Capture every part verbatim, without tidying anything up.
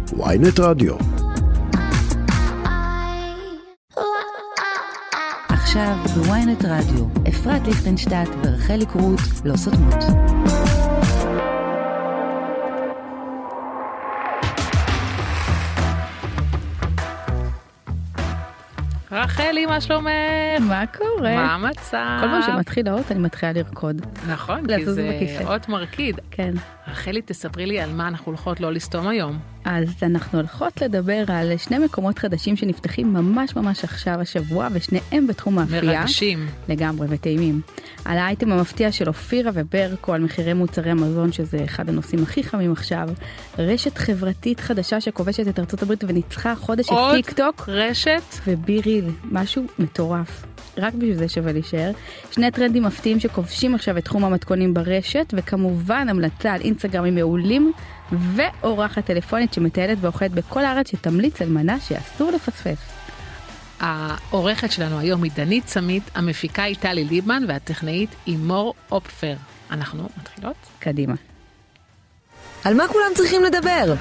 וויינט רדיו. עכשיו בוויינט רדיו, אפרת ליכטנשטט ורחלי קרוט לא סותמות. רחלי, מה שלומך? מה קורה? מה המצב? כל פעם שמתחיל האות אני מתחילה לרקוד. נכון, כי זה אות מרקיד. כן. רחלי, תספרי לי על מה אנחנו הולכות לא לסתום היום. אז אנחנו הולכות לדבר על שני מקומות חדשים שנפתחים ממש ממש עכשיו השבוע, ושניהם בתחום מאפייה. מרגשים. לגמרי, וטעימים. על האייטם המפתיע של אופירה וברקו, על מחירי מוצרי המזון, שזה אחד הנושאים הכי חמים עכשיו. רשת חברתית חדשה שכובשת את ארצות הברית וניצחה חודש את טיק טוק. עוד רשת. וביריל, משהו מטורף. רק בשביל זה שווה להישאר. שני טרנדים מפתיעים שכובשים עכשיו את תחום המתכונים ברשת, וכמובן המלצה על אינסטגרמים מעולים, ואורחת טלפונית שמטיילת ואוכלת בכל הארץ שתמליץ על מנה שאסור לפספס. העורכת שלנו היום היא דנית צמית, המפיקה היא טלי ליבמן, והטכנאית היא מור אופפר. אנחנו מתחילות? קדימה. על מה כולם צריכים לדבר?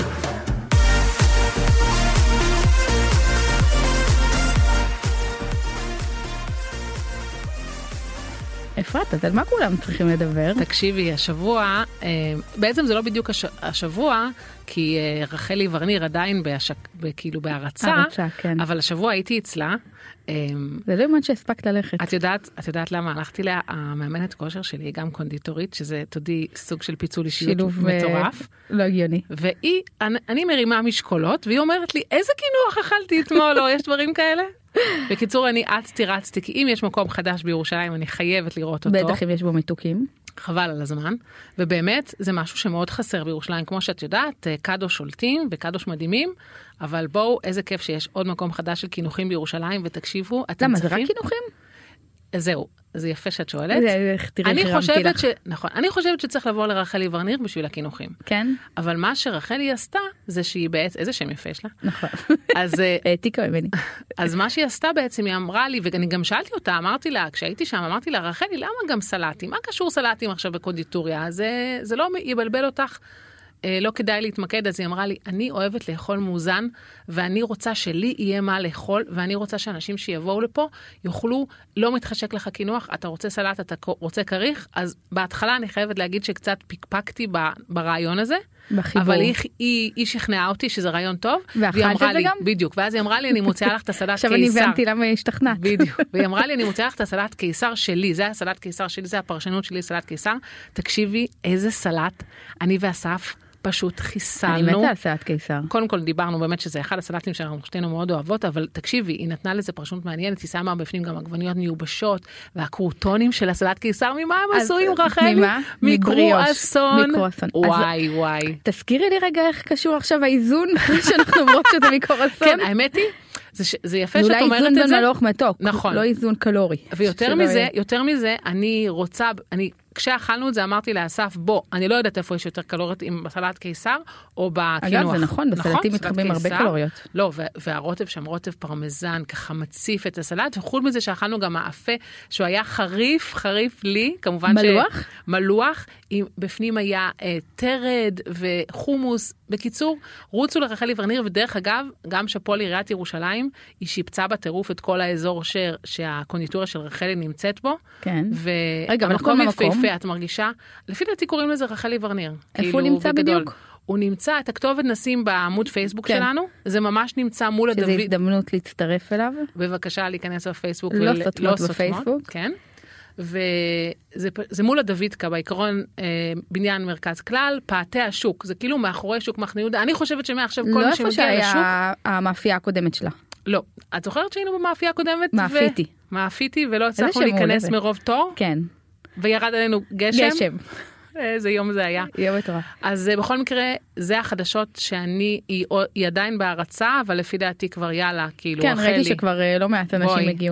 אפרת, אז על מה כולם צריכים לדבר? תקשיבי, השבוע, בעצם זה לא בדיוק השבוע, כי רחלי ורניר עדיין כאילו בהרצה, הרצה, כן. אבל השבוע הייתי אצלה. זה לא יומן שהספקת ללכת. את יודעת, את יודעת למה? הלכתי לה, המאמנת כושר שלי היא גם קונדיטורית, שזה תודי סוג של פיצול אישיות מטורף. לא הגיוני. והיא, אני מרימה משקולות, והיא אומרת לי, איזה קינוח אכלתי אתמול, או יש דברים כאלה? בקיצור, אני אצתי רצתי, כי אם יש מקום חדש בירושלים, אני חייבת לראות אותו. בטח אם יש בו מתוקים. חבל על הזמן, ובאמת זה משהו שמאוד חסר בירושלים, כמו שאת יודעת, קדוש שולטים וקדוש מדהימים, אבל בואו, איזה כיף שיש עוד מקום חדש של קינוחים בירושלים, ותקשיבו, אתם למה, צריכים... זה רק קינוחים? זהו, זה יפה שאת שואלת. זה, תראי, אני חושבת לך. ש... נכון, אני חושבת שצריך לבוא לרחלי ורניר בשביל הקינוחים. כן. אבל מה שרחלי עשתה, זה שהיא בעצם, איזה שם יפה יש לה. נכון. אז... העתיקה ממני. אז מה שהיא עשתה בעצם, היא אמרה לי, ואני גם שאלתי אותה, אמרתי לה, כשהייתי שם, אמרתי לה, רחלי, למה גם סלטים? מה קשור סלטים עכשיו בקונדיטוריה? זה, זה לא יבלבל אותך. לא כדאי להתמקד, אז היא אמרה לי, אני אוהבת לאכול מאוזן, ואני רוצה שלי יהיה מה לאכול, ואני רוצה שאנשים שיבואו לפה, יוכלו, לא מתחשק לך קינוח, אתה רוצה סלט, אתה רוצה קריך, אז בהתחלה אני חייבת להגיד שקצת פיקפקתי ברעיון הזה, בחיבור. אבל היא, היא, היא שכנעה אותי שזה רעיון טוב, והיא אמרה לי, גם? בדיוק, ואז היא אמרה לי, אני מוציאה לך את הסלט קיסר. עכשיו אני הבנתי למה השתכנעת. בדיוק, והיא אמרה לי, אני מוציאה לך את הסלט קיסר שלי, זה הסלט קיסר שלי, זה הפרשנות שלי, סלט קיסר. תקשיבי, איזה סלט, אני ואסף פשוט חיסלנו. אני מתה על סלט קיסר. קודם כל דיברנו באמת שזה אחד הסלטים שאנחנו שתינו מאוד אוהבות, אבל תקשיבי, היא נתנה לזה פרשנות מעניינת, היא שמה בפנים גם עגבניות מיובשות, והקרוטונים של הסלט קיסר, ממה הם עשויים, רחלי? ממה? מקרואסון. מקרואסון. וואי, וואי. תזכירי לי רגע איך קשור עכשיו האיזון, שאנחנו אומרות שזה מקרואסון. כן, האמת היא, זה, זה יפה שאת אומרת את זה. אולי איזון בין מלוך מתוק, נכון. לא איזון קלורי. ויותר מזה, יותר מזה, אני רוצה, אני, כשאכלנו את זה אמרתי לאסף, בוא, אני לא יודעת איפה יש יותר קלוריות, אם בסלט קיסר או בקינוח. אגב, זה נכון, בסלטים מתחבאים הרבה קלוריות. לא, והרוטב שם, רוטב פרמזן, ככה מציף את הסלט, וחוץ מזה שאכלנו גם מאפה, שהוא היה חריף, חריף לי, כמובן מלוח? ש... מלוח, בפנים היה אה, תרד וחומוס. בקיצור, רוצו לרחלי ורניר, ודרך אגב, גם שפול עיריית ירושלים, היא שיפצה בטירוף את כל האזור ש... שהקונדיטוריה של רחלי נמצאת בו. כן. ו... רגע, אבל המקום המקום יפהפה, את מרגישה? לפי דעתי קוראים לזה רחלי ורניר. איפה כאילו, הוא נמצא בגדול. בדיוק? הוא נמצא, את הכתובת נשים בעמוד פייסבוק כן. שלנו, זה ממש נמצא מול הדוד. שזה הזדמנות להצטרף אליו. בבקשה להיכנס בפייסבוק. לא ול... סותמות לא בפייסבוק. סותמות, כן. וזה זה מול הדוידקה, בעיקרון אה, בניין מרכז כלל, פאתי השוק, זה כאילו מאחורי שוק מחנה יהודה. אני חושבת שמעכשיו כל לא מי שמגיע לשוק... לא איפה שהיה המאפייה הקודמת שלה. לא. את זוכרת שהיינו במאפייה הקודמת? מאפיתי. ו... מאפיתי, ולא הצלחנו להיכנס מרוב תור? כן. וירד עלינו גשם? גשם. איזה יום זה היה. יום מטורף. אז בכל מקרה, זה החדשות שאני, היא, היא עדיין בהרצה, אבל לפי דעתי כבר יאללה, כאילו, כן, רחלי. ראיתי שכבר לא מעט אנשים הגיעו.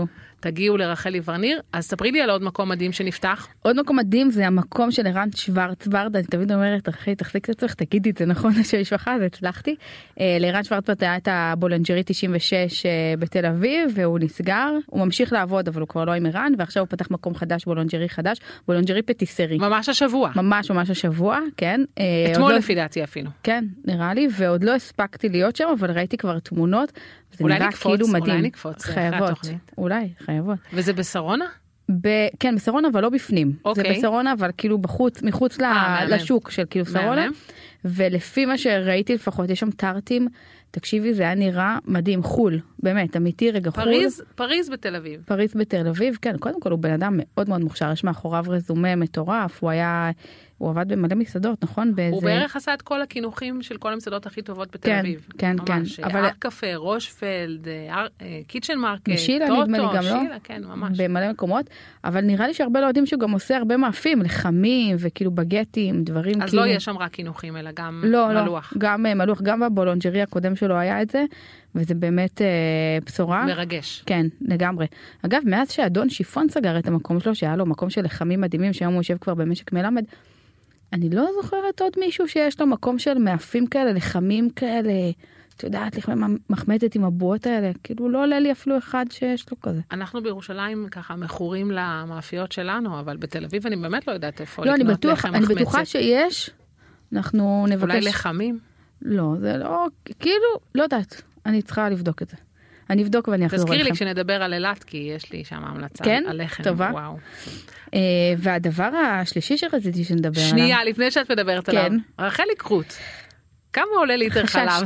תגיעו לרחלי ורניר, אז ספרי לי על עוד מקום מדהים שנפתח. עוד מקום מדהים זה המקום של ערן שוורצברט, אני תמיד אומרת, רחלי, תחזיק את עצמך, תגידי את זה נכון, שהמשפחה, אז הצלחתי. לערן שוורצברט היה את הבולנג'רי תשעים ושש בתל אביב, והוא נסגר, הוא ממשיך לעבוד, אבל הוא כבר לא עם ערן, ועכשיו הוא פתח מקום חדש, בולנג'רי חדש, בולנג'רי פטיסרי. ממש השבוע. ממש ממש השבוע, כן. אתמול לפי דעתי אפילו. כן, נראה לי, ועוד לא הספקתי להיות שם, אבל ראיתי כבר תמונות, וזה נראה כאילו מדהים. אולי נקפוץ, חייבות, אולי, חייבות. וזה בשרונה? ב... כן, בשרונה, אבל לא בפנים. אוקיי. זה בשרונה, אבל כאילו בחוץ, מחוץ ל... לשוק של כאילו שרונה. ולפי מה שראיתי לפחות, יש שם טרטים, תקשיבי, זה היה נראה מדהים, חול, באמת, אמיתי, רגע חול. פריז, פריז בתל אביב. פריז בתל אביב, כן, קודם כל הוא בן אדם מאוד מאוד מוכשר, יש מאחוריו רזומה מטורף, הוא היה, הוא עבד במלא מסעדות, נכון? באיזה... הוא בערך עשה את כל הכינוחים של כל המסעדות הכי טובות בתל כן, אביב. כן, ממש, כן. אבל... אר קפה, רושפלד, אר... קיצ'ן מרקט, משילה, טוטו, נדמה לי גם שילה, לא? כן, ממש. במלא מקומות, אבל נראה לי שהרבה לא יודעים שהוא גם עושה הרבה מאפים, לחמים וכאילו בגטים, דברים אז כאילו... לא יש שם רק קינוחים, אלא גם לא, מלוח. לא, גם מלוח, גם בבולונג'רי הקודם שלו היה את זה, וזה באמת אה, בשורה. מרגש. כן, לגמרי. אגב, מאז שאדון שיפון סגר את המקום שלו, שהיה לו מקום של לחמים מדהימים, שהיום הוא יושב כבר במשק מלמד, אני לא זוכרת עוד מישהו שיש לו מקום של מאפים כאלה, לחמים כאלה, את יודעת, לחמם מחמדת עם הבועות האלה, כאילו לא עולה לי אפילו אחד שיש לו כזה. אנחנו בירושלים ככה מכורים למאפיות שלנו, אבל בתל אביב אני באמת לא יודעת איפה לא, לקנות אני בטוח, לחם אני מחמצת. בטוחה שיש, אנחנו נבקש. אולי לחמים? לא, זה לא, כאילו, לא יודעת, אני צריכה לבדוק את זה. אני אבדוק ואני אחזור עליכם. תזכיר לי כשנדבר על אילת, כי יש לי שם המלצה כן? על לחם. טובה. וואו. Uh, והדבר השלישי שרציתי שנדבר עליו. שנייה, לפני שאת מדברת כן. עליו. רחלי קרוט, כמה עולה ליטר חלב?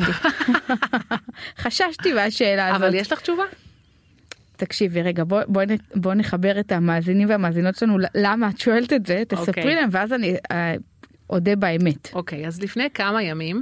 חששתי מהשאלה הזאת. אבל יש לך תשובה? תקשיבי, רגע, בוא, בוא, בוא נחבר את המאזינים והמאזינות שלנו, למה את שואלת את זה, תספרי אוקיי. להם, ואז אני uh, אודה באמת. אוקיי, אז לפני כמה ימים,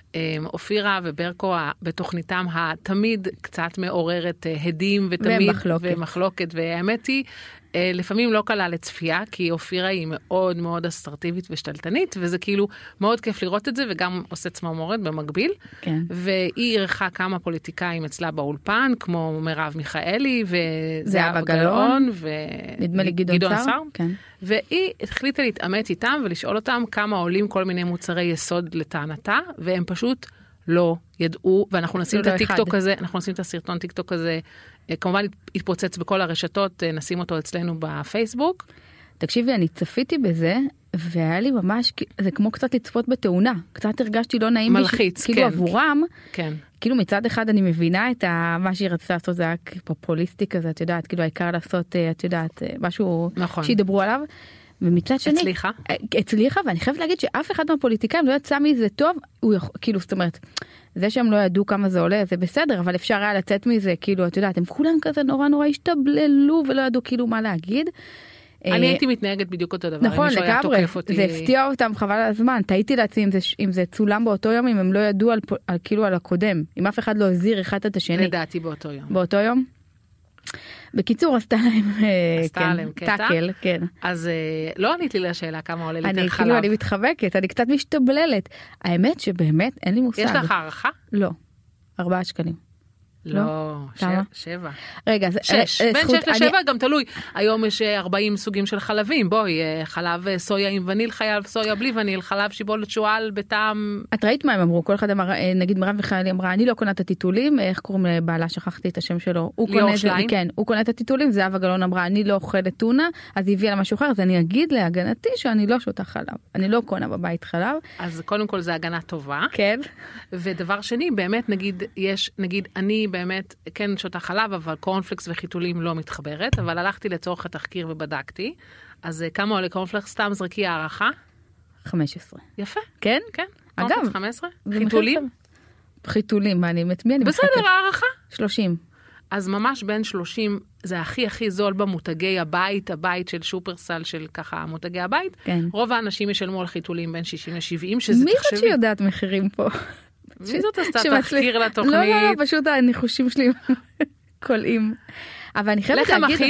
אופירה וברקו בתוכניתם התמיד קצת מעוררת הדים ותמיד ומחלוקת. ומחלוקת, והאמת היא, לפעמים לא קלה לצפייה, כי אופירה היא מאוד מאוד אסרטיבית ושתלטנית, וזה כאילו מאוד כיף לראות את זה, וגם עושה צמרמורת במקביל. כן. והיא ערכה כמה פוליטיקאים אצלה באולפן, כמו מרב מיכאלי, זהבה גלאון, ונדמה לי גדעון סער. כן. והיא החליטה להתאמת איתם ולשאול אותם כמה עולים כל מיני מוצרי יסוד לטענתה, והם פשוט לא ידעו, ואנחנו נשים את הטיקטוק הזה, אנחנו נשים את הסרטון טיקטוק הזה, כמובן יתפוצץ בכל הרשתות, נשים אותו אצלנו בפייסבוק. תקשיבי, אני צפיתי בזה, והיה לי ממש, זה כמו קצת לצפות בתאונה, קצת הרגשתי לא נעים. מלחיץ, כאילו כן. עבורם, כן. כאילו מצד אחד אני מבינה את מה שהיא רצתה לעשות, זה היה פופוליסטי כזה, את יודעת, כאילו העיקר לעשות, את יודעת, משהו נכון. שידברו עליו, ומצד שני, הצליחה. הצליחה, ואני חייבת להגיד שאף אחד מהפוליטיקאים לא יצא מזה טוב, הוא יכול, כאילו, זאת אומרת, זה שהם לא ידעו כמה זה עולה, זה בסדר, אבל אפשר היה לצאת מזה, כאילו, את יודעת, הם כולם כזה נורא נורא השתבללו, ולא ידעו כאילו מה להגיד. אני הייתי מתנהגת בדיוק אותו דבר. נכון, לגמרי, זה הפתיע אותם חבל על הזמן, תהיתי לעצמי אם זה, אם זה צולם באותו יום, אם הם לא ידעו על, על, כאילו על הקודם, אם אף אחד לא הזהיר אחד את השני. לדעתי באותו יום. באותו יום? בקיצור, עשתה להם, עשתה כן, להם קטע. טאקל, כן. אז לא ענית לי לשאלה כמה עולה ליטר אני, חלב. כאילו, אני מתחבקת, אני קצת משתבללת. האמת שבאמת אין לי מושג. יש לך הערכה? לא. ארבעה שקלים. לא, כמה? שבע. רגע, זה... שש. בין שש לשבע גם תלוי. היום יש ארבעים סוגים של חלבים. בואי, חלב סויה עם וניל, חלב סויה בלי וניל, חלב שיבולת שועל בטעם... את ראית מה הם אמרו? כל אחד אמר, נגיד מרב מיכאלי אמרה, אני לא קונה את הטיטולים, איך קוראים לבעלה? שכחתי את השם שלו. ליאור שליין? כן, הוא קונה את הטיטולים, זהבה גלאון אמרה, אני לא אוכלת טונה, אז היא הביאה לה משהו אחר, אז אני אגיד להגנתי שאני לא שותה חלב. אני לא קונה בבית חלב. אז קודם כל זה הגנה טובה. כן. ודבר שני, באמת נגיד, יש, נגיד, אני באמת, כן שותה חלב, אבל קורנפלקס וחיתולים לא מתחברת, אבל הלכתי לצורך התחקיר ובדקתי, אז כמה עולה קורנפלקס? סתם זרקי הערכה? חמש עשרה. יפה. כן? כן. אגב. קורנפלקס חמש עשרה? חיתולים? חיתולים, אני מי אני משחקת? בסדר, הערכה. שלושים. אז ממש בין שלושים, זה הכי הכי זול במותגי הבית, הבית של שופרסל, של ככה מותגי הבית. כן. רוב האנשים ישלמו על חיתולים בין שישים לשבעים, שזה מי תחשבי. זאת שיודעת מחירים פה? מי זאת עשתה תחקיר לתוכנית? לא, לא, פשוט הניחושים שלי קולעים. אבל אני חייבת להגיד... לחם אחיד?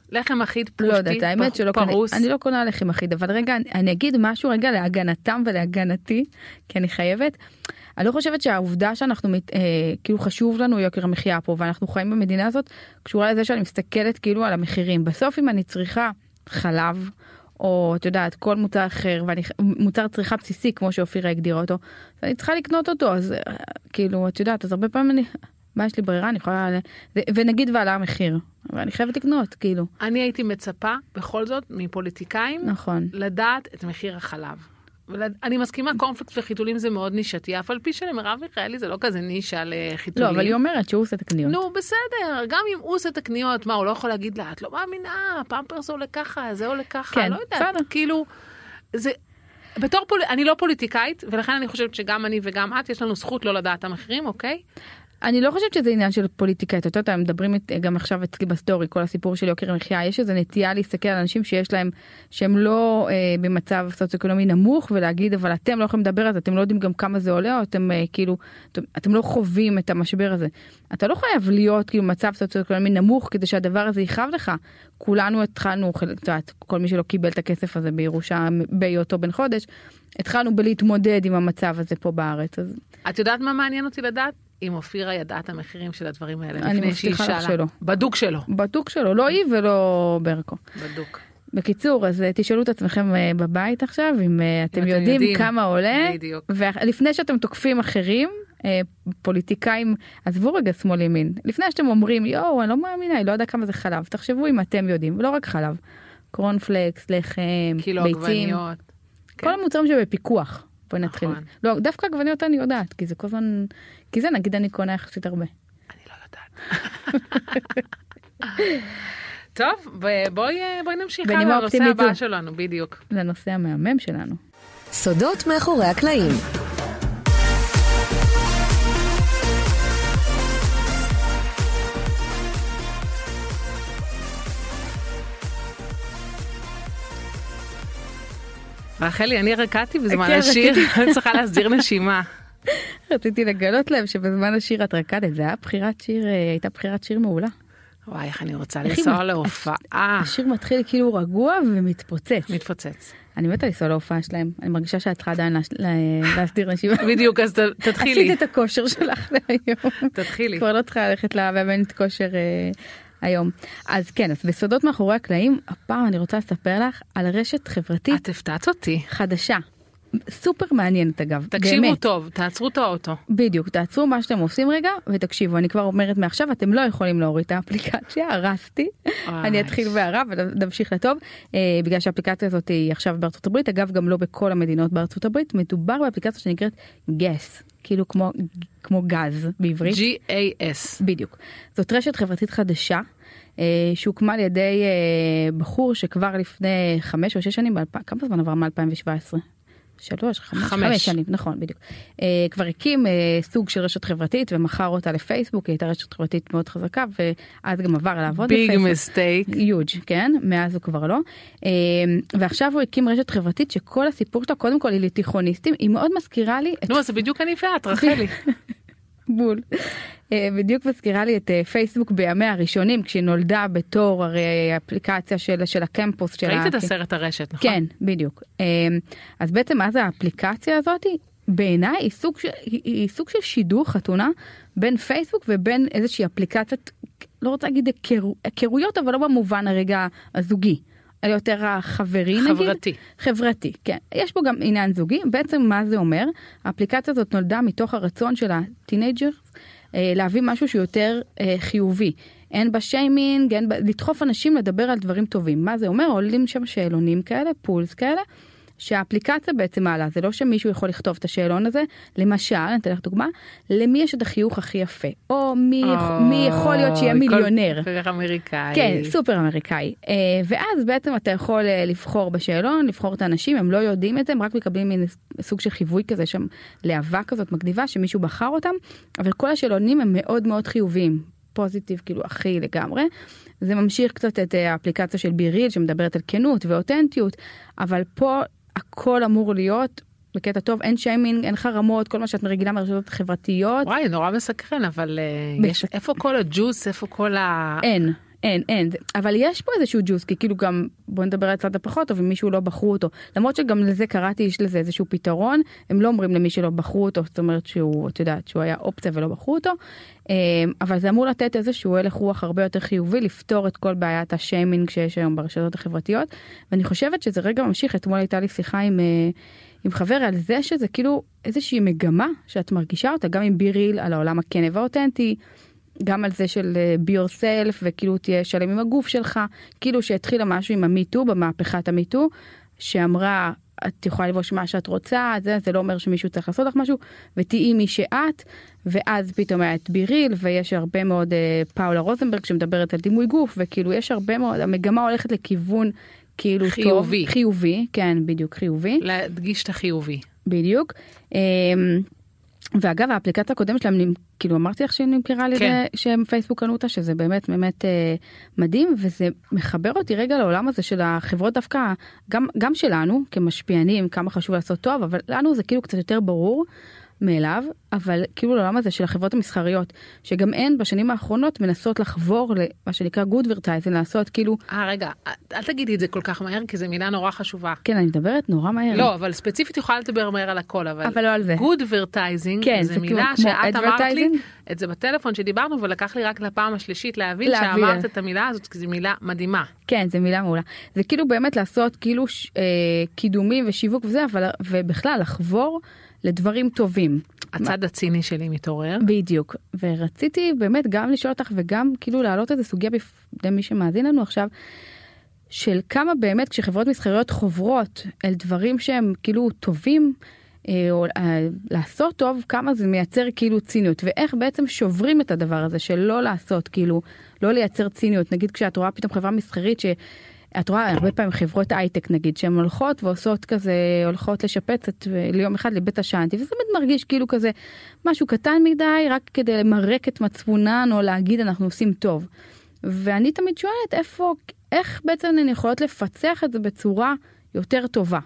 לחם אחיד לא יודעת, פושטי, האמת שלא קונה, פרוס. אני לא קונה לחם אחיד, אבל רגע, אני אגיד משהו רגע להגנתם ולהגנתי, כי אני חייבת. אני לא חושבת שהעובדה שאנחנו, אה, כאילו חשוב לנו יוקר המחיה פה, ואנחנו חיים במדינה הזאת, קשורה לזה שאני מסתכלת כאילו על המחירים. בסוף אם אני צריכה חלב, או את יודעת, כל מוצר אחר, ואני, מוצר צריכה בסיסי, כמו שאופירה הגדירה אותו, ואני צריכה לקנות אותו, אז כאילו, את יודעת, אז הרבה פעמים אני, מה יש לי ברירה, אני יכולה, ונגיד ועלה המחיר, אבל אני חייבת לקנות, כאילו. אני הייתי מצפה, בכל זאת, מפוליטיקאים, נכון. לדעת את מחיר החלב. אני מסכימה, קורנפלקס וחיתולים זה מאוד נישתי, אף על פי שלמרב מיכאלי זה לא כזה נישה לחיתולים. לא, אבל היא אומרת שהוא עושה את הקניות. נו, בסדר, גם אם הוא עושה את הקניות, מה, הוא לא יכול להגיד לה, את לא מאמינה, פמפרס עולה ככה, זה עולה ככה, כן, לא יודעת, בסדר. כאילו, זה, בתור פול... אני לא פוליטיקאית, ולכן אני חושבת שגם אני וגם את, יש לנו זכות לא לדעת המחירים, אוקיי? אני לא חושבת שזה עניין של פוליטיקה, אתה יודע, הם מדברים גם עכשיו אצלי בסטורי, כל הסיפור של יוקר המחיה, יש איזו נטייה להסתכל על אנשים שיש להם, שהם לא אה, במצב סוציו-אקונומי נמוך, ולהגיד, אבל אתם לא יכולים לדבר על זה, אתם לא יודעים גם כמה זה עולה, או אתם אה, כאילו, אתם, אתם לא חווים את המשבר הזה. אתה לא חייב להיות כאילו מצב סוציו-אקונומי נמוך, כדי שהדבר הזה יכאב לך. כולנו התחלנו, את, כל מי שלא קיבל את הכסף הזה בירושה, בהיותו בן חודש, התחלנו בלהתמודד עם המצב הזה פה בארץ. אז... את יודעת מה מעניין אותי לדעת? אם אופירה ידעה את המחירים של הדברים האלה. אני מבטיחה לך שלא. בדוק שלו. בדוק שלו, לא היא ולא ברקו. בדוק. בקיצור, אז תשאלו את עצמכם בבית עכשיו, אם אתם יודעים כמה עולה, ולפני שאתם תוקפים אחרים, פוליטיקאים, עזבו רגע שמאל ימין, לפני שאתם אומרים, יואו, אני לא מאמינה, אני לא יודע כמה זה חלב, תחשבו אם אתם יודעים, ולא רק חלב, קורנפלקס, לחם, ביצים, כל המוצרים שבפיקוח. בואי נתחיל. לא, דווקא עגבניות אני יודעת, כי זה כל הזמן, כי זה נגיד אני קונה יחסית הרבה. אני לא יודעת. טוב, בואי נמשיך על הנושא הבא שלנו, בדיוק. לנושא המהמם שלנו. סודות מאחורי הקלעים. רחלי, אני רקעתי בזמן השיר, אני צריכה להסדיר נשימה. רציתי לגלות להם שבזמן השיר את רקדת, זה היה בחירת שיר, הייתה בחירת שיר מעולה. וואי, איך אני רוצה לנסוע להופעה. השיר מתחיל כאילו רגוע ומתפוצץ. מתפוצץ. אני מתה לנסוע להופעה שלהם, אני מרגישה שאת צריכה עדיין להסדיר נשימה. בדיוק, אז תתחילי. עשית את הכושר שלך להיום. תתחילי. כבר לא צריכה ללכת למאמנת כושר היום. אז כן, אז בסודות מאחורי הקלעים, הפעם אני רוצה לספר לך על רשת חברתית. את הפתעת אותי. חדשה. סופר מעניינת אגב. תקשיבו באמת. טוב, תעצרו את האוטו. בדיוק, תעצרו מה שאתם עושים רגע, ותקשיבו, אני כבר אומרת מעכשיו, אתם לא יכולים להוריד את האפליקציה, הרסתי. אני אתחיל בהרע ונמשיך לטוב, אה, בגלל שהאפליקציה הזאת היא עכשיו בארצות הברית, אגב גם לא בכל המדינות בארצות הברית, מדובר באפליקציה שנקראת גס, כאילו כמו, כמו גז בעברית. G-A-S. בדיוק. זאת רשת חברתית חדשה, שהוקמה על ידי בחור שכבר לפני חמש או שש שנים, כמה זמן עבר מ-אלפיים שבע עשרה? שלוש, חמש, חמש. חמש שנים, נכון, בדיוק. כבר הקים סוג של רשת חברתית ומכר אותה לפייסבוק, היא הייתה רשת חברתית מאוד חזקה, ואז גם עבר לעבוד בפייסבוק. ביג מסטייק. יוג', כן, מאז הוא כבר לא. ועכשיו הוא הקים רשת חברתית שכל הסיפור שלה, קודם כל היא לתיכוניסטים, היא מאוד מזכירה לי... נו, זה בדיוק אני ואת, רחלי. בול. בדיוק מזכירה לי את פייסבוק בימיה הראשונים, כשהיא נולדה בתור הרי האפליקציה של, של הקמפוס. ראית את הסרט הרשת, נכון? כן, בדיוק. אז בעצם אז האפליקציה הזאת, בעיניי היא סוג של, היא סוג של שידור חתונה בין פייסבוק ובין איזושהי אפליקציית, לא רוצה להגיד היכרויות, אבל לא במובן הרגע הזוגי. אלא יותר החברי נגיד. חברתי. חברתי, כן. יש פה גם עניין זוגי. בעצם מה זה אומר? האפליקציה הזאת נולדה מתוך הרצון של הטינג'רס, להביא משהו שהוא יותר חיובי. אין בה שיימינג, אין בה, לדחוף אנשים לדבר על דברים טובים. מה זה אומר? עולים שם שאלונים כאלה, פולס כאלה, שהאפליקציה בעצם מעלה. זה לא שמישהו יכול לכתוב את השאלון הזה, למשל, אני אתן לך דוגמה, למי יש את החיוך הכי יפה, או מי, oh, מי יכול להיות שיהיה מיליונר. כל אמריקאי. כן, סופר אמריקאי. ואז בעצם אתה יכול לבחור בשאלון, לבחור את האנשים, הם לא יודעים את זה, הם רק מקבלים מין סוג של חיווי כזה, שם להבה כזאת מגניבה, שמישהו בחר אותם, אבל כל השאלונים הם מאוד מאוד חיוביים, פוזיטיב, כאילו הכי לגמרי. זה ממשיך קצת את האפליקציה של ביריל, שמדברת על כנות ואותנטיות, אבל פה הכל אמור להיות בקטע טוב, אין שיימינג, אין חרמות, כל מה שאת מרגילה מהרשתות החברתיות. וואי, נורא מסקרן, אבל יש, איפה כל הג'וס, איפה כל ה... אין, אין, אין. אבל יש פה איזשהו ג'וס, כי כאילו גם, בוא נדבר על הצד הפחות טוב, אם מישהו לא בחרו אותו. למרות שגם לזה קראתי, יש לזה איזשהו פתרון, הם לא אומרים למי שלא בחרו אותו, זאת אומרת שהוא, את יודעת, שהוא היה אופציה ולא בחרו אותו, אבל זה אמור לתת איזשהו הלך רוח הרבה יותר חיובי, לפתור את כל בעיית השיימינג שיש היום ברשתות החברתיות, ואני חושבת שזה רגע ממשיך, אתמול הייתה לי שיחה עם, עם חבר על זה שזה כאילו איזושהי מגמה שאת מרגישה אותה, גם עם ביריל על העולם הכן והאותנטי, גם על זה של be yourself, וכאילו תהיה שלם עם הגוף שלך, כאילו שהתחילה משהו עם המיטו, במהפכת המיטו, שאמרה, את יכולה לבוש מה שאת רוצה, זה, זה לא אומר שמישהו צריך לעשות לך משהו, ותהיי מי שאת, ואז פתאום היה את ביריל, ויש הרבה מאוד uh, פאולה רוזנברג, שמדברת על דימוי גוף, וכאילו יש הרבה מאוד, המגמה הולכת לכיוון כאילו חיובי. טוב, חיובי, כן, בדיוק, חיובי. להדגיש את החיובי. בדיוק. Um, ואגב, האפליקציה הקודמת שלהם, כאילו אמרתי לך שהיא נמכרה על ידי, שהם פייסבוק קנו אותה, שזה באמת באמת אה, מדהים, וזה מחבר אותי רגע לעולם הזה של החברות דווקא, גם, גם שלנו, כמשפיענים, כמה חשוב לעשות טוב, אבל לנו זה כאילו קצת יותר ברור מאליו, אבל כאילו לעולם הזה של החברות המסחריות, שגם הן בשנים האחרונות מנסות לחבור למה שנקרא good advertising, לעשות כאילו... אה, רגע, אל תגידי את זה כל כך מהר, כי זו מילה נורא חשובה. כן, אני מדברת נורא מהר. לא, אבל ספציפית יכולה לדבר מהר על הכל, אבל... אבל לא על זה. good advertising, כן, זה מילה שאת אמרת לי, את זה בטלפון שדיברנו, ולקח לי רק לפעם השלישית להבין שאמרת את המילה הזאת, כי זו מילה מדהימה. כן, זו מילה מעולה. זה כאילו באמת לעשות כאילו קידומים ושיווק וזה, אבל ובכלל לחבור לדברים טובים. הצד הציני שלי מתעורר. בדיוק. ורציתי באמת גם לשאול אותך וגם כאילו להעלות איזה סוגיה בפני מי שמאזין לנו עכשיו, של כמה באמת כשחברות מסחריות חוברות אל דברים שהם כאילו טובים, או לעשות טוב, כמה זה מייצר כאילו ציניות, ואיך בעצם שוברים את הדבר הזה של לא לעשות כאילו, לא לייצר ציניות. נגיד כשאת רואה פתאום חברה מסחרית ש... את רואה הרבה פעמים חברות הייטק נגיד, שהן הולכות ועושות כזה, הולכות לשפץ את ליום אחד לבית השענתי, וזה באמת מרגיש כאילו כזה משהו קטן מדי, רק כדי למרק את מצפונן, או להגיד אנחנו עושים טוב. ואני תמיד שואלת איפה, איך בעצם הן יכולות לפצח את זה בצורה יותר טובה,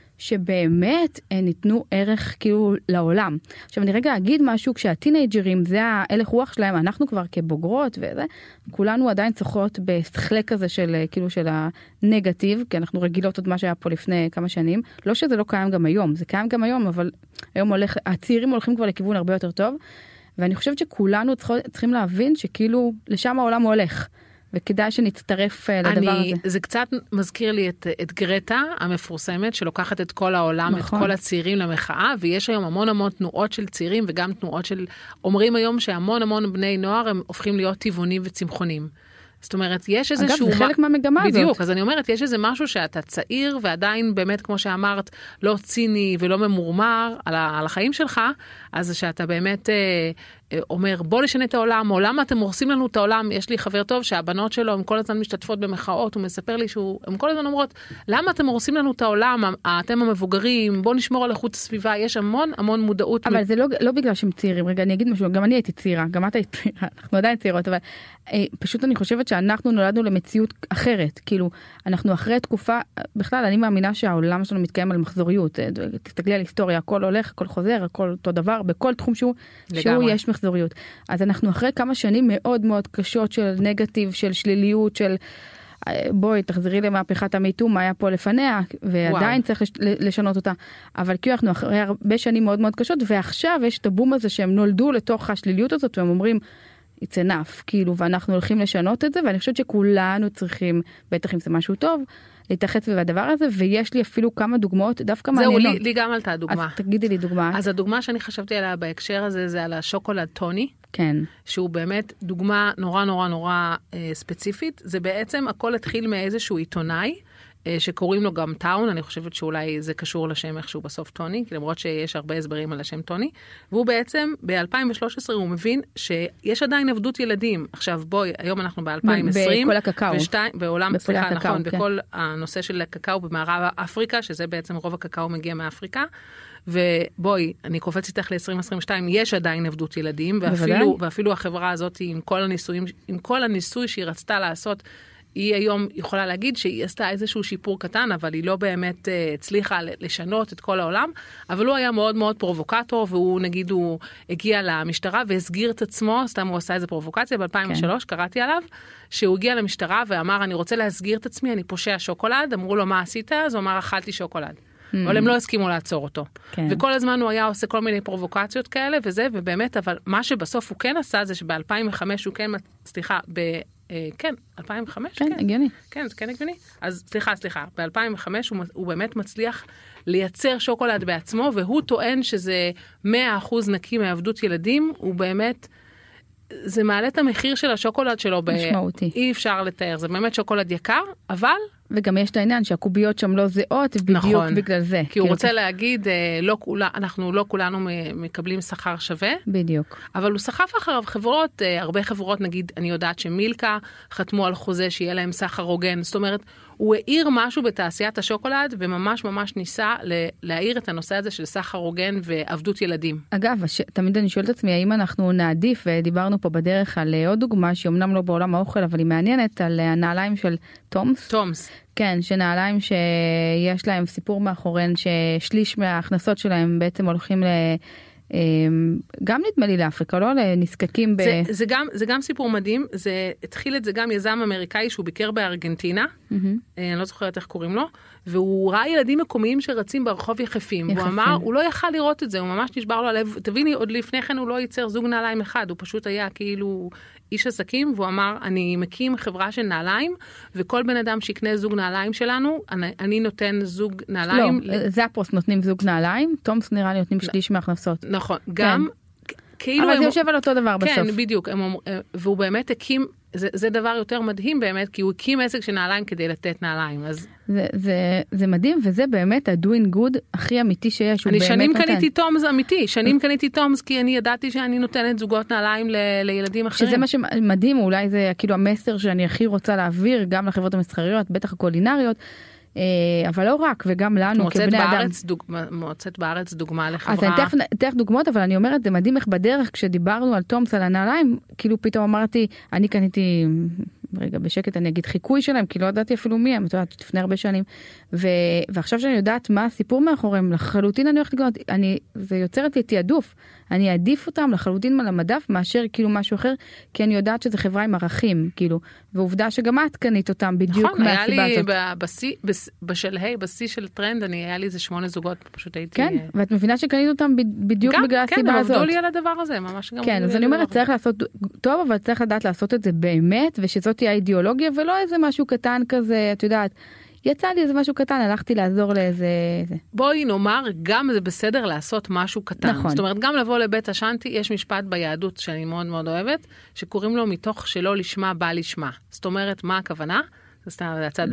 שבאמת הן ניתנו ערך כאילו לעולם. עכשיו אני רגע אגיד משהו, כשהטינג'רים זה ההלך רוח שלהם, אנחנו כבר כבוגרות וזה, כולנו עדיין צוחות בשכלה כזה של כאילו של הנגטיב, כי אנחנו רגילות עוד מה שהיה פה לפני כמה שנים, לא שזה לא קיים גם היום, זה קיים גם היום, אבל היום הולך, הצעירים הולכים כבר לכיוון הרבה יותר טוב, ואני חושבת שכולנו צריכות, צריכים להבין שכאילו לשם העולם הולך. וכדאי שנצטרף לדבר אני, הזה. זה קצת מזכיר לי את, את גרטה המפורסמת, שלוקחת את כל העולם, נכון. את כל הצעירים למחאה, ויש היום המון המון תנועות של צעירים, וגם תנועות של, אומרים היום שהמון המון בני נוער, הם הופכים להיות טבעונים וצמחונים. זאת אומרת, יש איזשהו... אגב, זה חלק מהמגמה הזאת. בדיוק, אז אני אומרת, יש איזה משהו שאתה צעיר, ועדיין באמת, כמו שאמרת, לא ציני ולא ממורמר על, על החיים שלך, אז שאתה באמת אה, אומר, בוא נשנה את העולם, או למה אתם הורסים לנו את העולם? יש לי חבר טוב שהבנות שלו, הם כל הזמן משתתפות במחאות, הוא מספר לי שהוא, הם כל הזמן אומרות, למה אתם הורסים לנו את העולם? אתם המבוגרים, בוא נשמור על איכות הסביבה, יש המון המון מודעות. אבל מ... זה לא, לא בגלל שהם צעירים, רגע, אני אגיד משהו, גם אני הייתי צעירה, גם את היית צעירה, אנחנו עדיין צעירות, אבל אה, פשוט אני חושבת שאנחנו נולדנו למציאות אחרת, כאילו, אנחנו אחרי תקופה, בכלל, אני מאמינה שהעולם שלנו מתקיים על מחזוריות, תסתכלי על היסטוריה, הכל הולך, הכל חוזר, הכל אותו דבר, בכל תחום שהוא, שהוא יש מחזוריות. אז אנחנו אחרי כמה שנים מאוד מאוד קשות של נגטיב, של שליליות, של בואי תחזרי למהפכת המיטו, מה היה פה לפניה, ועדיין וואו. צריך לשנות אותה. אבל כאילו אנחנו אחרי הרבה שנים מאוד מאוד קשות, ועכשיו יש את הבום הזה שהם נולדו לתוך השליליות הזאת, והם אומרים, it's enough, כאילו, ואנחנו הולכים לשנות את זה, ואני חושבת שכולנו צריכים, בטח אם זה משהו טוב, להתאחד בדבר הזה, ויש לי אפילו כמה דוגמאות דווקא מעניינות. זהו, לי, לי גם עלתה דוגמה. אז תגידי לי דוגמה. אז הדוגמה שאני חשבתי עליה בהקשר הזה, זה על השוקולד טוני. כן. שהוא באמת דוגמה נורא נורא נורא אה, ספציפית. זה בעצם הכל התחיל מאיזשהו עיתונאי, אה, שקוראים לו גם טאון, אני חושבת שאולי זה קשור לשם איכשהו בסוף טוני, כי למרות שיש הרבה הסברים על השם טוני, והוא בעצם ב-אלפיים ושלוש עשרה הוא מבין שיש עדיין עבדות ילדים. עכשיו בואי, היום אנחנו ב-אלפיים ועשרים. בכל הקקאו. ושתי, בעולם, סליחה, הקקאו, נכון, כן. בכל הנושא של הקקאו במערב אפריקה, שזה בעצם רוב הקקאו מגיע מאפריקה. ובואי, אני קופצת איתך ל-עשרים עשרים ושתיים, יש עדיין עבדות ילדים, ואפילו, ואפילו החברה הזאת עם כל הניסויים, עם כל הניסוי שהיא רצתה לעשות, היא היום יכולה להגיד שהיא עשתה איזשהו שיפור קטן, אבל היא לא באמת הצליחה לשנות את כל העולם, אבל הוא היה מאוד מאוד פרובוקטור, והוא נגיד הוא הגיע למשטרה והסגיר את עצמו, סתם הוא עשה איזה פרובוקציה ב-אלפיים ושלוש, כן. קראתי עליו, שהוא הגיע למשטרה ואמר, אני רוצה להסגיר את עצמי, אני פושע שוקולד, אמרו לו מה עשית? אז הוא אמר, אכלתי שוקולד. Mm. אבל הם לא הסכימו לעצור אותו. כן. וכל הזמן הוא היה עושה כל מיני פרובוקציות כאלה וזה, ובאמת, אבל מה שבסוף הוא כן עשה, זה שב-אלפיים וחמש הוא כן, סליחה, ב... כן, אלפיים וחמש? כן, הגיוני. כן, זה כן הגיוני. אז סליחה, סליחה, ב-אלפיים וחמש הוא, הוא באמת מצליח לייצר שוקולד בעצמו, והוא טוען שזה מאה אחוז נקי מעבדות ילדים, הוא באמת, זה מעלה את המחיר של השוקולד שלו. משמעותי. אי אפשר לתאר, זה באמת שוקולד יקר, אבל... וגם יש את העניין שהקוביות שם לא זהות, בדיוק נכון, בגלל זה. כי הוא רוצה להגיד, לא כולה, אנחנו לא כולנו מקבלים שכר שווה. בדיוק. אבל הוא סחף אחריו חברות, הרבה חברות, נגיד, אני יודעת שמילקה חתמו על חוזה שיהיה להם סחר הוגן. זאת אומרת, הוא העיר משהו בתעשיית השוקולד, וממש ממש ניסה להעיר את הנושא הזה של סחר הוגן ועבדות ילדים. אגב, תמיד אני שואלת עצמי, האם אנחנו נעדיף, ודיברנו פה בדרך על עוד דוגמה, שאומנם לא בעולם האוכל, אבל היא מעניינת, על הנעליים של תומס. תומס. כן, שנעליים שיש להם סיפור מאחוריהן, ששליש מההכנסות שלהם בעצם הולכים ל... גם נדמה לי לאפריקה, לא לנזקקים ב... זה, זה, גם, זה גם סיפור מדהים, זה התחיל את זה גם יזם אמריקאי שהוא ביקר בארגנטינה, mm-hmm. אני לא זוכרת איך קוראים לו, והוא ראה ילדים מקומיים שרצים ברחוב יחפים, יחפים. והוא אמר, הוא לא יכל לראות את זה, הוא ממש נשבר לו הלב, תביני, עוד לפני כן הוא לא ייצר זוג נעליים אחד, הוא פשוט היה כאילו איש עסקים, והוא אמר, אני מקים חברה של נעליים, וכל בן אדם שיקנה זוג נעליים שלנו, אני, אני נותן זוג נעליים. לא, ל... זה הפוסט, נותנים זוג נעליים, תומס נראה לי נותנים שליש מההכנסות. נכון, גם... כאילו אבל זה יושב על אותו דבר בסוף. כן, בדיוק, והוא באמת הקים, זה, זה דבר יותר מדהים באמת, כי הוא הקים עסק של נעליים כדי לתת נעליים, אז... זה, זה, זה מדהים, וזה באמת ה-doing good הכי אמיתי שיש, אני שנים קניתי תומס אמיתי, שנים קניתי תומס, כי אני ידעתי שאני נותנת זוגות נעליים ל, לילדים אחרים. שזה מה שמדהים, אולי זה כאילו המסר שאני הכי רוצה להעביר, גם לחברות המסחריות, בטח הקולינריות, אבל לא רק, וגם לנו כבני אדם. מוצאת בארץ דוגמה לחברה. אז אני תכף, תכף דוגמאות, אבל אני אומרת, זה מדהים איך בדרך, כשדיברנו על תומס על הנעליים, כאילו פתאום אמרתי, אני קניתי, רגע, בשקט אני אגיד חיקוי שלהם, כי לא ידעתי אפילו מי הם, את יודעת, לפני הרבה שנים, ו, ועכשיו שאני יודעת מה הסיפור מאחוריהם, לחלוטין אני הולכת לגלות, אני, זה יוצרת לי תיעדוף, אני אעדיף אותם לחלוטין על המדף, מאשר כאילו משהו אחר, כי אני יודעת שזה חברה עם ערכים, כאילו, ועובדה שגם את קנית אותם בדיוק נכון, מהסיבה הזאת. נכון, היה לי בשיא, בשלהי, בשיא של טרנד, אני, היה לי איזה שמונה זוגות, פשוט הייתי... כן, ואת מבינה שקנית אותם בדיוק גם, בגלל כן, הסיבה הזאת. גם, כן, עבדו לי על הדבר הזה, ממש גם... כן, אז אני אומרת, צריך לעשות טוב, אבל צריך לדעת לעשות את זה באמת, ושזאת תהיה האידיאולוגיה, ולא איזה משהו קטן כזה, את יודעת, יצא לי איזה משהו קטן, הלכתי לעזור לאיזה... בואי נאמר, גם זה בסדר לעשות משהו קטן. נכון. זאת אומרת, גם לבוא לבית השנתי, יש משפט ביהדות שאני מאוד מאוד אוהבת, שקוראים לו מתוך שלא לשמה בא לשמה. זאת אומרת, מה הכוונה? זה הצד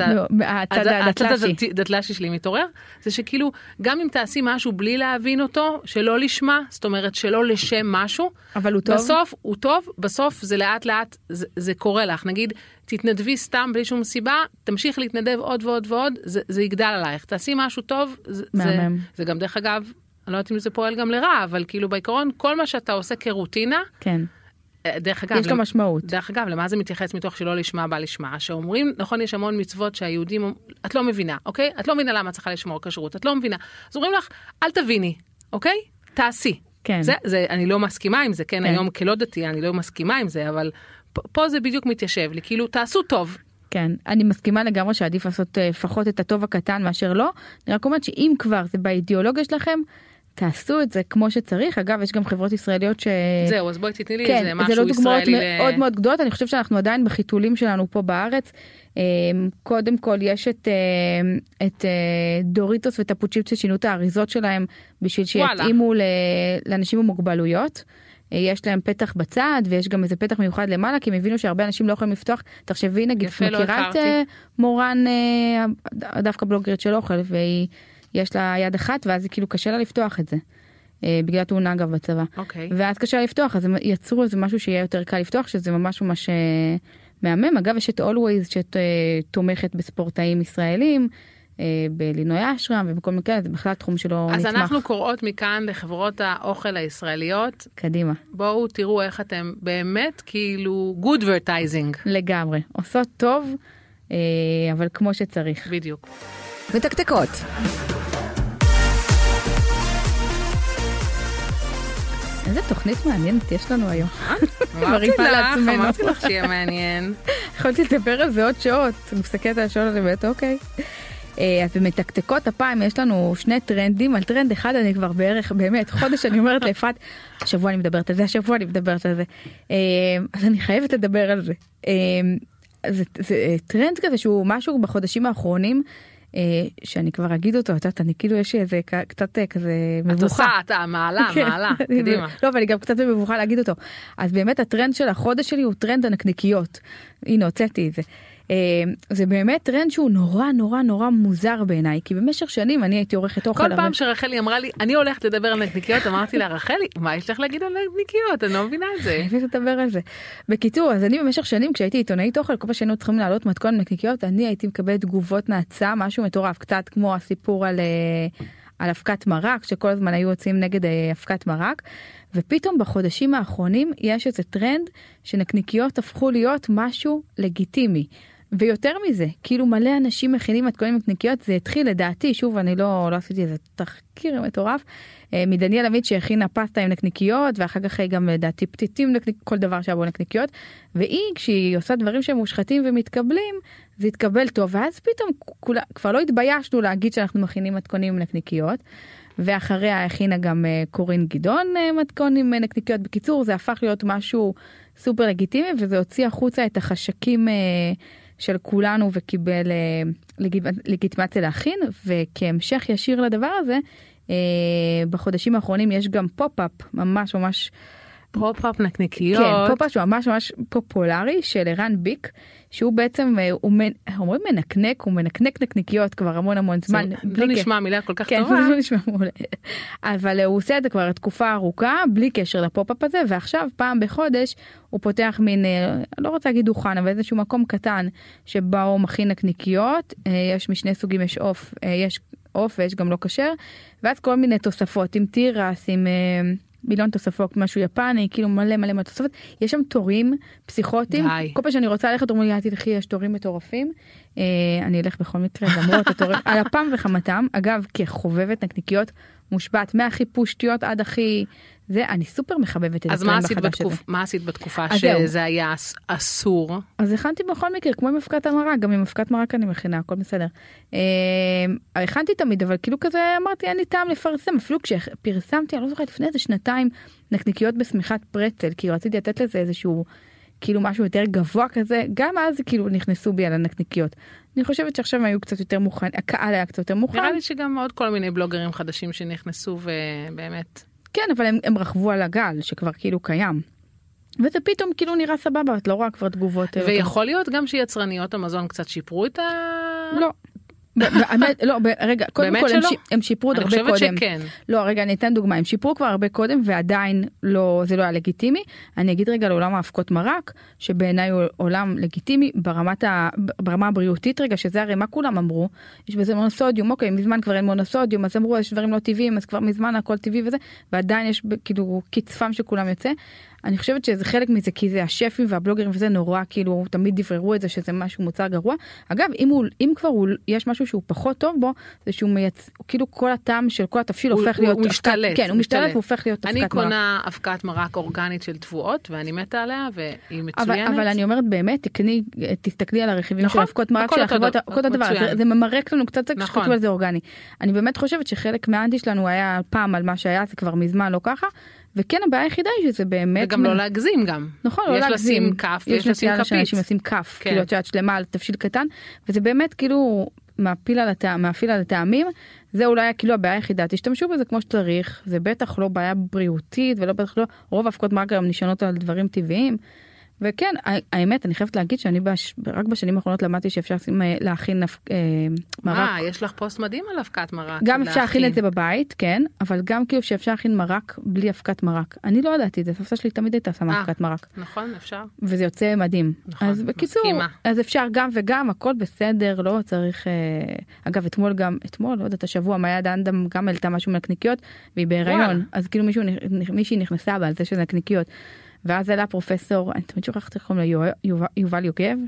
הדתל"שי שלי מתעורר, זה שכאילו, גם אם תעשי משהו בלי להבין אותו, שלא לשמה, זאת אומרת שלא לשם משהו, אבל הוא טוב. בסוף הוא טוב, בסוף זה לאט לאט, זה, זה קורה לך. נגיד, תתנדבי סתם בלי שום סיבה, תמשיך להתנדב עוד ועוד ועוד, זה, זה יגדל עלייך. תעשי משהו טוב, זה, זה, זה גם דרך אגב, אני לא יודעת אם זה פועל גם לרע, אבל כאילו בעיקרון, כל מה שאתה עושה כרוטינה, כן. דרך אגב, יש לה משמעות. דרך אגב, למה זה מתייחס מתוך שלא לשמה בא לשמה? שאומרים, נכון, יש המון מצוות שהיהודים, את לא מבינה, אוקיי? את לא מבינה למה צריכה לשמור כשרות, את לא מבינה. אז אומרים לך, אל תביני, אוקיי? תעשי. כן. זה, זה, אני לא מסכימה עם זה, כן, כן. היום כלא דתי, אני לא מסכימה עם זה, אבל פה זה בדיוק מתיישב לי, כאילו, תעשו טוב. כן, אני מסכימה לגמרי שעדיף לעשות לפחות את הטוב הקטן מאשר לא. אני רק אומרת שאם כבר זה באידיאולוגיה שלכם, תעשו את זה כמו שצריך. אגב, יש גם חברות ישראליות ש... זהו, אז בואי תתני לי כן, איזה משהו זה לא דוגמאות ישראלי. מאוד מאוד גדולות, אני חושב שאנחנו עדיין בחיתולים שלנו פה בארץ. קודם כל יש את, את דוריטוס וטפוצ'יפס ששינו את האריזות שלהם בשביל שיתאימו לאנשים עם מוגבלויות. יש להם פתח בצד, ויש גם איזה פתח מיוחד למעלה, כי הם הבינו שהרבה אנשים לא יכולים לפתוח. תחשבי, נגיד, מכירה את מורן, דווקא בלוגרית של אוכל, והיא יש לה יד אחת, ואז היא כאילו קשה לה לפתוח את זה. בגלל תאונה אגב בצבא. אוקיי. ואז קשה לה לפתוח, אז הם יצרו איזה משהו שיהיה יותר קל לפתוח, שזה ממש ממש מהמם. אגב, יש את Always, שתומכת בספורטאים ישראלים, בלינוי אשרם ובכל מקרה, זה בכלל תחום שלא נתמך. אז אנחנו קוראות מכאן לחברות האוכל הישראליות. קדימה. בואו תראו איך אתם באמת כאילו good advertising. לגמרי. עושות טוב אבל כמו שצריך. בדיוק. מתקתקות. איזה תוכנית מעניינת יש לנו היום. אמרתי לך, אמרתי לך שיהיה מעניין. יכולתי לדבר על זה עוד שעות. אני מסתכלת על השעות הזה ואת אוקיי. אז במתקתקות הפעם יש לנו שני טרנדים. על טרנד אחד אני כבר בערך, באמת, חודש אני אומרת לאפרת, השבוע אני מדברת על זה, השבוע אני מדברת על זה. אז אני חייבת לדבר על זה. זה טרנד כזה שהוא משהו בחודשים האחרונים, שאני כבר אגיד אותו, את יודעת, אני כאילו יש איזה קצת כזה מבוכה. את עושה, אתה מעלה, מעלה, קדימה. לא, אבל אני גם קצת מבוכה להגיד אותו. אז באמת הטרנד של החודש שלי הוא טרנד הנקניקיות. הנה, הוצאתי את זה. זה באמת טרנד שהוא נורא נורא נורא מוזר בעיניי, כי במשך שנים אני הייתי עורכת אוכל. כל פעם שרחלי אמרה לי, אני הולכת לדבר על נקניקיות, אמרתי לה, רחלי, מה יש לך להגיד על נקניקיות? אני לא מבינה את זה. חייבת לדבר על זה. בקיצור, אז אני במשך שנים, כשהייתי עיתונאית אוכל, כל פעם שהיינו צריכים לעלות מתכון נקניקיות, אני הייתי מקבלת תגובות נאצה, משהו מטורף, קצת כמו הסיפור על, על הפקת מרק, שכל הזמן היו יוצאים נגד הפקת מרק, ופתאום בחודשים האחרונים יש איזה טרנד שנקניקיות הפכו להיות משהו לגיטימי. ויותר מזה, כאילו מלא אנשים מכינים מתכונים נקניקיות, זה התחיל לדעתי, שוב אני לא, לא עשיתי איזה תחקיר מטורף, מדניאל עמית שהכינה פסטה עם נקניקיות, ואחר כך גם לדעתי פתיתים, כל דבר שהיה בו נקניקיות, והיא כשהיא עושה דברים שהם מושחתים ומתקבלים, זה התקבל טוב, ואז פתאום כולה, כבר לא התביישנו להגיד שאנחנו מכינים מתכונים נקניקיות, ואחריה הכינה גם קורין גדעון מתכון עם נקניקיות. בקיצור, זה הפך להיות משהו סופר לגיטימי, וזה הוציא החוצה את החשקים של כולנו וקיבל לגיטימציה להכין, וכהמשך ישיר לדבר הזה, בחודשים האחרונים יש גם פופ-אפ ממש ממש פופ-אפ נקניקיות. כן, פופ-אפ שהוא ממש ממש פופולרי של ערן ביק, שהוא בעצם, הוא אומרים מנקנק, הוא מנקנק נקניקיות כבר המון המון זמן. לא נשמע מילה כל כך טובה. כן, זה לא נשמע מעולה. אבל הוא עושה את זה כבר תקופה ארוכה, בלי קשר לפופ-אפ הזה, ועכשיו פעם בחודש הוא פותח מין, לא רוצה להגיד דוכן, אבל איזשהו מקום קטן, שבו הוא מכין נקניקיות, יש משני סוגים, יש עוף, יש עוף ויש גם לא כשר, ואז כל מיני תוספות, עם תירס, עם מיליון תוספות, משהו יפני, כאילו מלא מלא מלא תוספות. יש שם תורים פסיכוטיים. כל פעם שאני רוצה ללכת, אומרים לי, אל תלכי, יש תורים מטורפים. אה, אני אלך בכל מקרה, למרות התורים, על אפם וחמתם. אגב, כחובבת נקניקיות מושבעת, מהכי פושטיות עד הכי זה, אני סופר מחבבת את אז מה עשית, בתקופ... מה עשית בתקופה שזה היה אסור? אז הכנתי בכל מקרה, כמו עם הפקת המרק, גם עם הפקת מרק אני מכינה, הכל בסדר. אה, הכנתי תמיד, אבל כאילו כזה אמרתי, אין לי טעם לפרסם, אפילו כשפרסמתי, אני לא זוכרת, לפני איזה שנתיים, נקניקיות בסמיכת פרצל, כי רציתי לתת לזה איזשהו, כאילו משהו יותר גבוה כזה, גם אז כאילו נכנסו בי על הנקניקיות. אני חושבת שעכשיו הם היו קצת יותר מוכן, הקהל היה קצת יותר מוכן. נראה לי שגם עוד כל מיני בלוגרים חדשים שנכנסו ובאמת... כן, אבל הם, הם רכבו על הגל שכבר כאילו קיים. וזה פתאום כאילו נראה סבבה, את לא רואה כבר תגובות. ויכול להיות גם שיצרניות המזון קצת שיפרו את ה... לא. באמת, לא, רגע, קודם כל הם שיפרו עוד הרבה קודם. אני חושבת שכן. לא, רגע, אני אתן דוגמה, הם שיפרו כבר הרבה קודם ועדיין לא, זה לא היה לגיטימי. אני אגיד רגע לעולם ההפקות מרק, שבעיניי הוא עולם לגיטימי ברמת ה, ברמה הבריאותית רגע, שזה הרי מה כולם אמרו, יש בזה מונוסודיום, אוקיי, מזמן כבר אין מונוסודיום, אז אמרו, יש דברים לא טבעיים, אז כבר מזמן הכל טבעי וזה, ועדיין יש כאילו קצפם שכולם יוצא. אני חושבת שזה חלק מזה, כי זה השפים והבלוגרים וזה נורא, כאילו, תמיד דברו את זה שזה משהו מוצר גרוע. אגב, אם, הוא, אם כבר הוא, יש משהו שהוא פחות טוב בו, זה שהוא מייצ... כאילו כל הטעם של כל התפשיל הופך להיות... הוא משתלט. כן, הוא משתלט והופך להיות הפקת מרק. אני קונה הפקת מרק אורגנית של תבואות, ואני מתה עליה, והיא מצוינת. אבל, אבל אני אומרת באמת, תקני, תסתכלי על הרכיבים של הפקות מרק של החברות, כל הדבר, זה, זה ממרק לנו קצת שכתוב על זה אורגני. אני באמת חושבת שחלק מהאנטי שלנו היה פעם על מה שהיה, זה כבר מזמן לא ככה. וכן, הבעיה היחידה היא שזה באמת... וגם לא להגזים גם. נכון, לא להגזים. יש לשים כף, יש לשים כפית. יש שאנשים לשים כף, כאילו, את יודעת, שלמה על תבשיל קטן, וזה באמת כאילו מאפיל על הטעם, מאפיל על הטעמים, זה אולי כאילו הבעיה היחידה. תשתמשו בזה כמו שצריך, זה בטח לא בעיה בריאותית, ולא בטח לא, רוב ההפקות מרק גם נשענות על דברים טבעיים, וכן, האמת, אני חייבת להגיד שאני בש... רק בשנים האחרונות למדתי שאפשר להכין אה, מרק. אה, יש לך פוסט מדהים על הפקת מרק. גם אפשר להכין את זה בבית, כן, אבל גם כאילו שאפשר להכין מרק בלי הפקת מרק. אני לא ידעתי את זה, סבתא שלי תמיד הייתה שמה הפקת מרק. נכון, אפשר. וזה יוצא מדהים. נכון, אז בקיצור, מסכימה. אז אפשר גם וגם, הכל בסדר, לא צריך... אה... אגב, אתמול גם, אתמול, לא יודעת, השבוע, מאיה דנדם גם העלתה משהו מנקניקיות, והיא בהיריון. אז כאילו מישהו, מישהי נכנסה בה על זה שזה נקניקיות. ואז עלה פרופסור, אני תמיד שוכחת איך קוראים לו, יובל יוגב?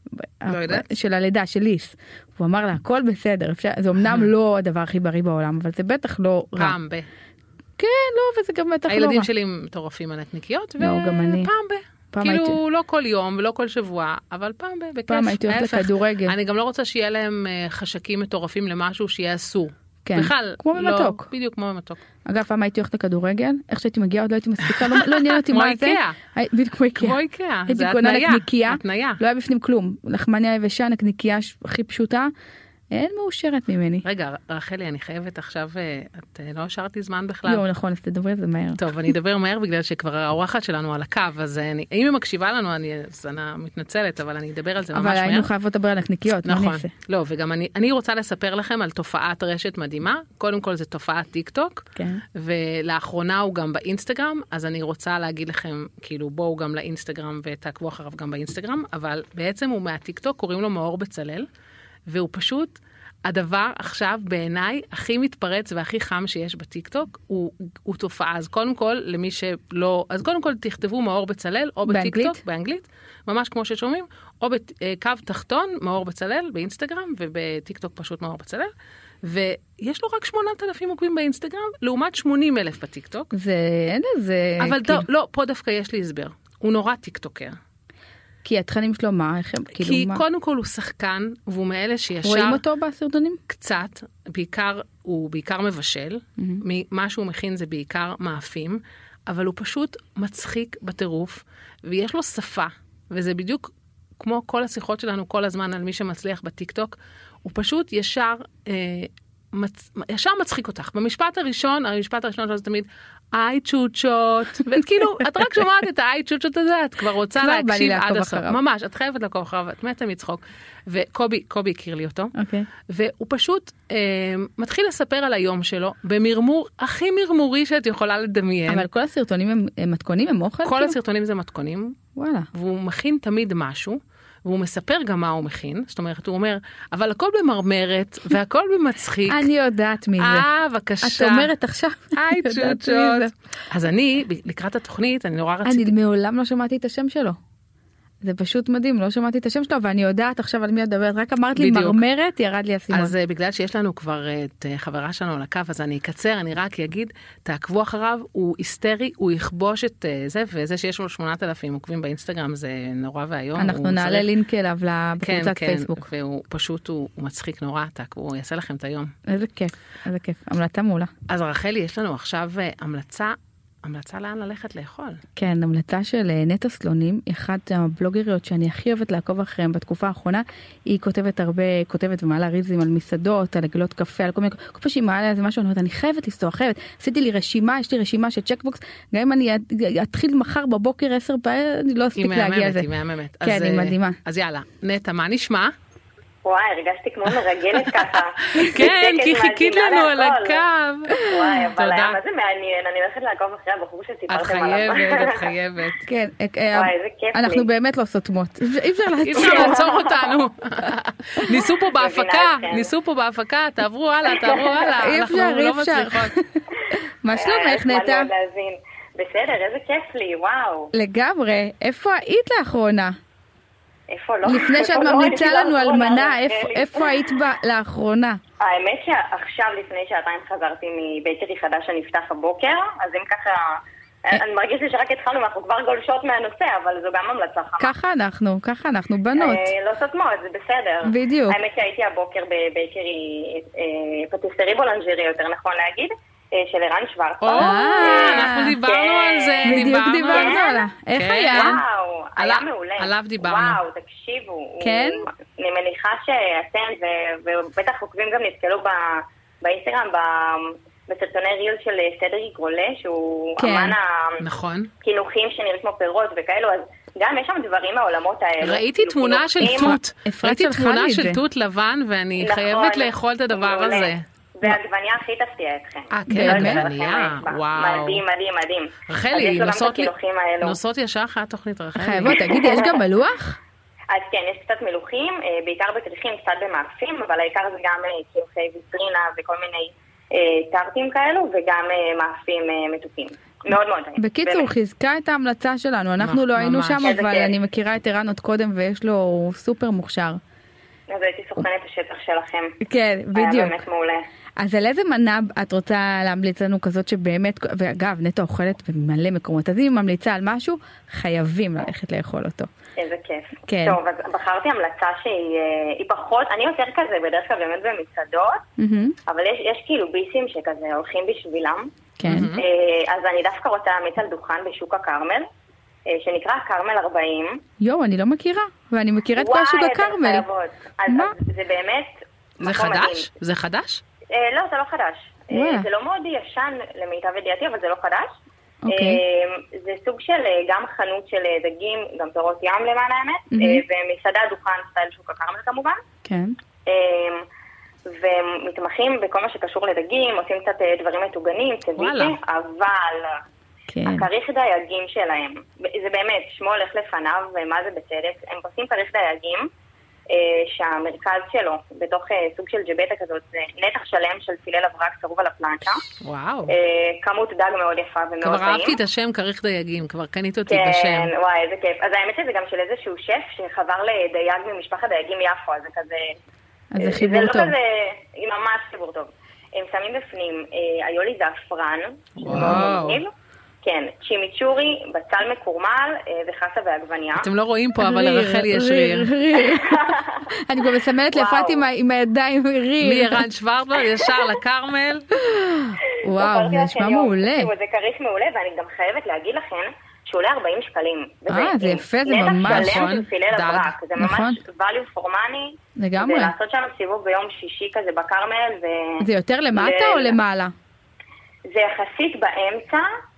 לא יודעת. של הלידה, של ליס. הוא אמר לה, הכל בסדר, אפשר, זה אמנם לא הדבר הכי בריא בעולם, אבל זה בטח לא רע. פעם ב. כן, לא, וזה גם בטח לא רע. הילדים שלי מטורפים על נקניקיות, ופעם ב. כאילו לא כל יום ולא כל שבוע, אבל פעם ב. בכיף. פעם הייתי הולכת לכדורגל. אני גם לא רוצה שיהיה להם חשקים מטורפים למשהו שיהיה אסור. כן, בכלל, כמו במתוק. בדיוק כמו במתוק. אגב, פעם הייתי הולכת לכדורגל, איך שהייתי מגיעה עוד לא הייתי מספיקה, לא עניין אותי מה זה. בדיוק כמו איקאה. כמו איקאה, הייתי קונה נקניקייה, התניה. לא היה בפנים כלום. לחמניה יבשה, נקניקייה הכי פשוטה, אין מאושרת ממני. רגע, רחלי, אני חייבת עכשיו, את לא השארתי זמן בכלל. לא, נכון, אז תדברי על זה מהר. טוב, אני אדבר מהר בגלל שכבר האורחת שלנו על הקו, אז אני, אם היא מקשיבה לנו, אני, אז אני מתנצלת, אבל אני אדבר על זה ממש מהר. אבל היינו חייבות לדבר על הנקניקיות, מה נכון. נעשה? לא, וגם אני, אני רוצה לספר לכם על תופעת רשת מדהימה. קודם כל זה תופעת טיק טוק, כן. ולאחרונה הוא גם באינסטגרם, אז אני רוצה להגיד לכם, כאילו בואו גם לאינסטגרם ותעקבו אחריו גם באינסטגרם, אבל בעצם הוא מהטיק טוק, קוראים לו מאור בצלאל, והוא פשוט הדבר עכשיו בעיניי הכי מתפרץ והכי חם שיש בטיקטוק הוא, הוא תופעה. אז קודם כל, למי שלא, אז קודם כל תכתבו מאור בצלאל, או בטיקטוק, באנגלית, ממש כמו ששומעים, או בקו תחתון, מאור בצלאל, באינסטגרם, ובטיקטוק פשוט מאור בצלאל, ויש לו רק שמונת אלפים עוקבים באינסטגרם, לעומת שמונים אלף בטיקטוק. זה, אין לזה... אבל כאילו... לא, פה דווקא יש לי הסבר. הוא נורא טיקטוקר. כי התכנים שלו מה? איך הם, כאילו, כי מה? קודם כל הוא שחקן, והוא מאלה שישר... רואים אותו בסרטונים? קצת, בעיקר, הוא בעיקר מבשל, mm-hmm. מה שהוא מכין זה בעיקר מאפים, אבל הוא פשוט מצחיק בטירוף, ויש לו שפה, וזה בדיוק כמו כל השיחות שלנו כל הזמן על מי שמצליח בטיקטוק, הוא פשוט ישר, אה, מצ... ישר מצחיק אותך. במשפט הראשון, המשפט הראשון שלו זה תמיד, איי צ'וצ'ות, ואת כאילו, את רק שומעת את האיי צ'וצ'ות הזה, את כבר רוצה להקשיב עד הסוף. ממש, את חייבת לעקוב אחריו, את מתה מצחוק. וקובי, קובי הכיר לי אותו, והוא פשוט אה, מתחיל לספר על היום שלו, במרמור הכי מרמורי שאת יכולה לדמיין. אבל כל הסרטונים הם, הם מתכונים, הם אוכל? כל כאילו? הסרטונים זה מתכונים. וואלה. והוא מכין תמיד משהו, והוא מספר גם מה הוא מכין, זאת אומרת, הוא אומר, אבל הכל במרמרת, והכל במצחיק. אני יודעת מי זה. אה, בבקשה. את אומרת עכשיו. היי, צ'וצ'ות. אז אני, לקראת התוכנית, אני נורא רציתי... אני מעולם לא שמעתי את השם שלו. זה פשוט מדהים, לא שמעתי את השם שלו, ואני יודעת עכשיו על מי הדברת, רק אמרת לי מרמרת, ירד לי הסימון. אז בגלל שיש לנו כבר את חברה שלנו על הקו, אז אני אקצר, אני רק אגיד, תעקבו אחריו, הוא היסטרי, הוא יכבוש את זה, וזה שיש לו שמונת אלפים עוקבים באינסטגרם, זה נורא והיום. אנחנו נעלה לינק אליו בקבוצת פייסבוק. כן, והוא פשוט, הוא מצחיק נורא, תעקבו, הוא יעשה לכם את היום. איזה כיף, איזה כיף, המלצה מעולה. אז רחלי, יש לנו עכשיו המלצה, המלצה לאן ללכת לאכול. כן, המלצה של נטע סלונים, אחת הבלוגריות שאני הכי אוהבת לעקוב אחריהם בתקופה האחרונה, היא כותבת הרבה, כותבת ומעלה ריזים על מסעדות, על עגלות קפה, על כל מיני, כל פעם שהיא מעלה איזה משהו, אני אומרת, אני חייבת לסתור, חייבת. עשיתי לי רשימה, יש לי רשימה של צ'קבוקס, גם אם אני אתחיל מחר בבוקר עשר פעמים, אני לא אספיק להגיע לזה. היא מהממת, כן, היא מדהימה. אז יאללה, נטע, מה נשמע? וואי, הרגשתי כמו מרגלת ככה. כן, כי חיכית לנו על הקו. וואי, אבל היה מה זה מעניין, אני הולכת לעקוב אחרי הבחור שסיפרתם עליו. את חייבת, את חייבת. כן, וואי, איזה כיף לי. אנחנו באמת לא סותמות. אי אפשר לעצור אותנו. ניסו פה בהפקה, ניסו פה בהפקה, תעברו הלאה, תעברו הלאה. אי אפשר, אי אפשר. מה שלומך, נטע? בסדר, איזה כיף לי, וואו. לגמרי, איפה היית לאחרונה? איפה לא? לפני שאת ממליצה לנו על מנה, איפה היית לאחרונה? האמת שעכשיו לפני שעתיים חזרתי מבייקרי חדש שנפתח הבוקר, אז אם ככה, אני מרגיש לי שרק התחלנו, אנחנו כבר גולשות מהנושא, אבל זו גם המלצה חמה. ככה אנחנו, ככה אנחנו בנות. לא סותמות, זה בסדר. בדיוק. האמת שהייתי הבוקר בבייקרי פטיסטרי בולנג'רי, יותר נכון להגיד. של ערן שוורץ. אנחנו דיברנו על זה, בדיוק דיברנו עליו. איך היה? וואו, היה מעולה. עליו דיברנו. וואו, תקשיבו. כן? אני מניחה שאתם, ובטח עוקבים גם נתקלו באינסטגרם, בסרטוני ריל של סדריק רולה, שהוא אמן הכינוחים שנראים כמו פירות וכאלו, אז גם יש שם דברים מהעולמות האלה. ראיתי תמונה של תות, ראיתי תמונה של תות לבן, ואני חייבת לאכול את הדבר הזה. והעגבניה הכי תפתיע אתכם. אה, כן, עגבניה, וואו. מדהים, מדהים, מדהים. רחלי, נוסעות ישר אחרי התוכנית, רחלי. חייבות, תגידי, יש גם מלוח? אז כן, יש קצת מלוחים, בעיקר בכריכים, קצת במאפים, אבל העיקר זה גם קרחי ויטרינה וכל מיני טרטים כאלו, וגם מאפים מתוקים. מאוד מאוד טעים. בקיצור, חיזקה את ההמלצה שלנו, אנחנו לא היינו שם, אבל אני מכירה את ערן עוד קודם, ויש לו סופר מוכשר. אז הייתי סוכנת השטח שלכם. כן, בדיוק. היה באמת מעולה. אז על איזה מנה את רוצה להמליץ לנו כזאת שבאמת, ואגב, נטע אוכלת במלא מקומות, אז אם היא ממליצה על משהו, חייבים ללכת לאכול אותו. איזה כיף. כן. טוב, אז בחרתי המלצה שהיא פחות, אני יותר כזה בדרך כלל באמת במסעדות, mm-hmm. אבל יש, יש כאילו ביסים שכזה הולכים בשבילם. כן. אז אני דווקא רוצה להמליץ על דוכן בשוק הכרמל, שנקרא כרמל ארבעים. יו, אני לא מכירה, ואני מכירה את כל שוק הכרמל. מה? אז זה באמת... זה חדש? זה חדש? לא, זה לא חדש. זה לא מאוד ישן למיטב ידיעתי, אבל זה לא חדש. זה סוג של גם חנות של דגים, גם פירות ים למען האמת, ומסעדה דוכן סטייל שוק הכרמל כמובן. כן. ומתמחים בכל מה שקשור לדגים, עושים קצת דברים מטוגנים, צביטי, אבל הכריך דייגים שלהם, זה באמת, שמו הולך לפניו, ומה זה בצדק, הם עושים כריך דייגים, שהמרכז שלו, בתוך סוג של ג'בטה כזאת, זה נתח שלם של פילה לברק צרוב על הפלנצ'ה. וואו. כמות דג מאוד יפה ומאוד טעים. כבר אהבתי את השם כריך דייגים, כבר קנית אותי בשם. כן, וואי, איזה כיף. אז האמת שזה גם של איזשהו שף שחבר לדייג ממשפחת דייגים יפו, אז זה כזה... אז זה חיבור טוב. זה לא כזה, ממש חיבור טוב. הם שמים בפנים איולי זעפרן. וואו. כן, צ'ימיצ'ורי, בצל מקורמל וחסה ועגבניה. אתם לא רואים פה, אבל לרחל יש ריר. אני גם מסמלת לפרט עם הידיים ריר. מערן שוורטמן, ישר לכרמל. וואו, זה נשמע מעולה. זה כריך מעולה, ואני גם חייבת להגיד לכם שעולה ארבעים שקלים. אה, זה יפה, זה ממש. זה ממש value for money. לגמרי. ולעשות שם סיבוב ביום שישי כזה בכרמל. זה יותר למטה או למעלה? זה יחסית באמצע.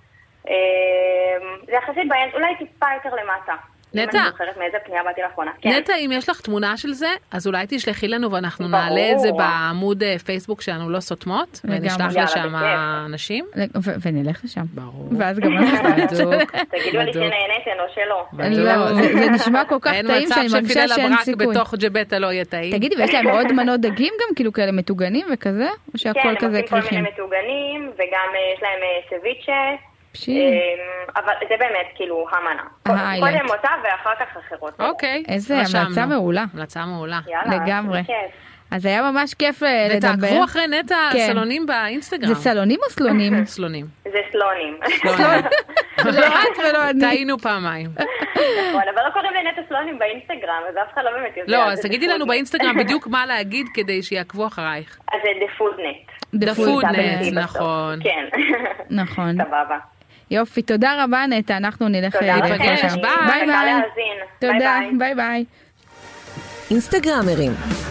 זה יחסית באמצע, אולי טיפה יותר למטה. נטע. אני זוכרת מאיזה פנייה באתי לאחרונה. נטע, אם יש לך תמונה של זה, אז אולי תשלחי לנו ואנחנו נעלה את זה בעמוד פייסבוק שלנו לא סותמות, ונשלח לשם האנשים. ונלך לשם. ברור. ואז גם אנחנו. תגידו לי שנהניתם או שלא. זה נשמע כל כך טעים שאני מרגישה שאין סיכוי. אין מצב שפילה לברק בתוך ג'בטה לא יהיה טעים. תגידי, ויש להם עוד מנות דגים גם, כאילו כאלה מטוגנים וכזה? או שהכל כזה כן, הם עושים כל מיני מטוגנים, וגם יש להם סביצ'ה. אבל זה באמת כאילו המנה. קודם אותה ואחר כך אחרות. אוקיי. איזה המלצה מעולה. המלצה מעולה. לגמרי. אז היה ממש כיף לדבר. ותעקבו אחרי נטע סלונים באינסטגרם. זה סלונים או סלונים? סלונים. זה סלונים. לא את ולא אני. טעינו פעמיים. אבל לא קוראים לנטע סלונים באינסטגרם, אז אף אחד לא באמת יודע. לא, אז תגידי לנו באינסטגרם בדיוק מה להגיד כדי שיעקבו אחרייך. אז זה דפודנט. דפודנט, נכון. כן. נכון. סבבה. יופי, תודה רבה נטע, אנחנו נלך להיפגש, ביי ביי. תודה, ביי ביי. אינסטגרמרים.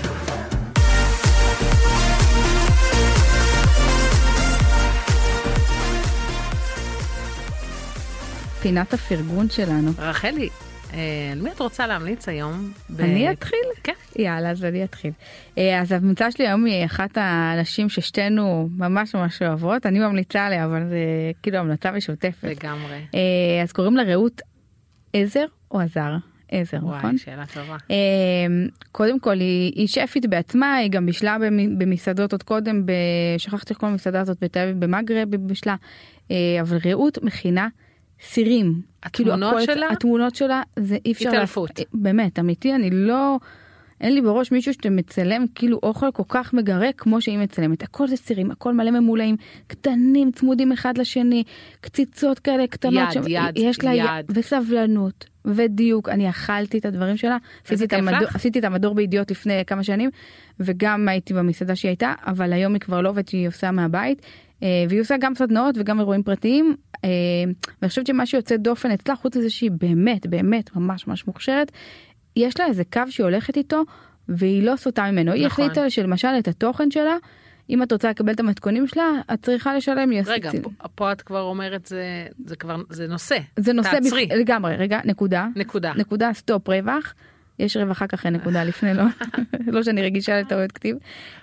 פינת הפרגון שלנו. רחלי, על מי את רוצה להמליץ היום? אני אתחיל? כן. יאללה, אז אני אתחיל. אז הממצא שלי היום היא אחת האנשים ששתינו ממש ממש אוהבות, אני ממליצה עליה, אבל זה כאילו המלצה משותפת. לגמרי. אז קוראים לה רעות עזר או עזר? עזר, נכון? וואי, שאלה טובה. קודם כל, היא שפית בעצמה, היא גם בישלה במסעדות עוד קודם, שכחתי את כל המסעדה הזאת בתל אביב, במגרב בישלה, אבל רעות מכינה סירים. התמונות שלה? התמונות שלה, זה אי אפשר... התעלפות. באמת, אמיתי, אני לא... אין לי בראש מישהו שמצלם כאילו אוכל כל כך מגרה כמו שהיא מצלמת. הכל זה סירים, הכל מלא ממולאים, קטנים, צמודים אחד לשני, קציצות כאלה קטנות. יד, יד, יש לה יד. וסבלנות, ודיוק. אני אכלתי את הדברים שלה. עשיתי את, המדור, עשיתי את המדור בידיעות לפני כמה שנים, וגם הייתי במסעדה שהיא הייתה, אבל היום היא כבר לא עובדת, שהיא עושה מהבית. והיא עושה גם סדנאות וגם אירועים פרטיים, ואני חושבת שמה שיוצא דופן אצלה, חוץ לזה שהיא באמת, באמת ממש ממש מוכשרת, יש לה איזה קו שהיא הולכת איתו, והיא לא סוטה ממנו. היא החליטה שלמשל את התוכן שלה, אם את רוצה לקבל את המתכונים שלה, את צריכה לשלם לי. רגע, פה את כבר אומרת, זה כבר, זה נושא. זה נושא לגמרי, רגע, נקודה. נקודה. נקודה, סטופ, רווח. יש רווח אחר כך נקודה לפני, לא? לא שאני רגישה לטעויות כתיב.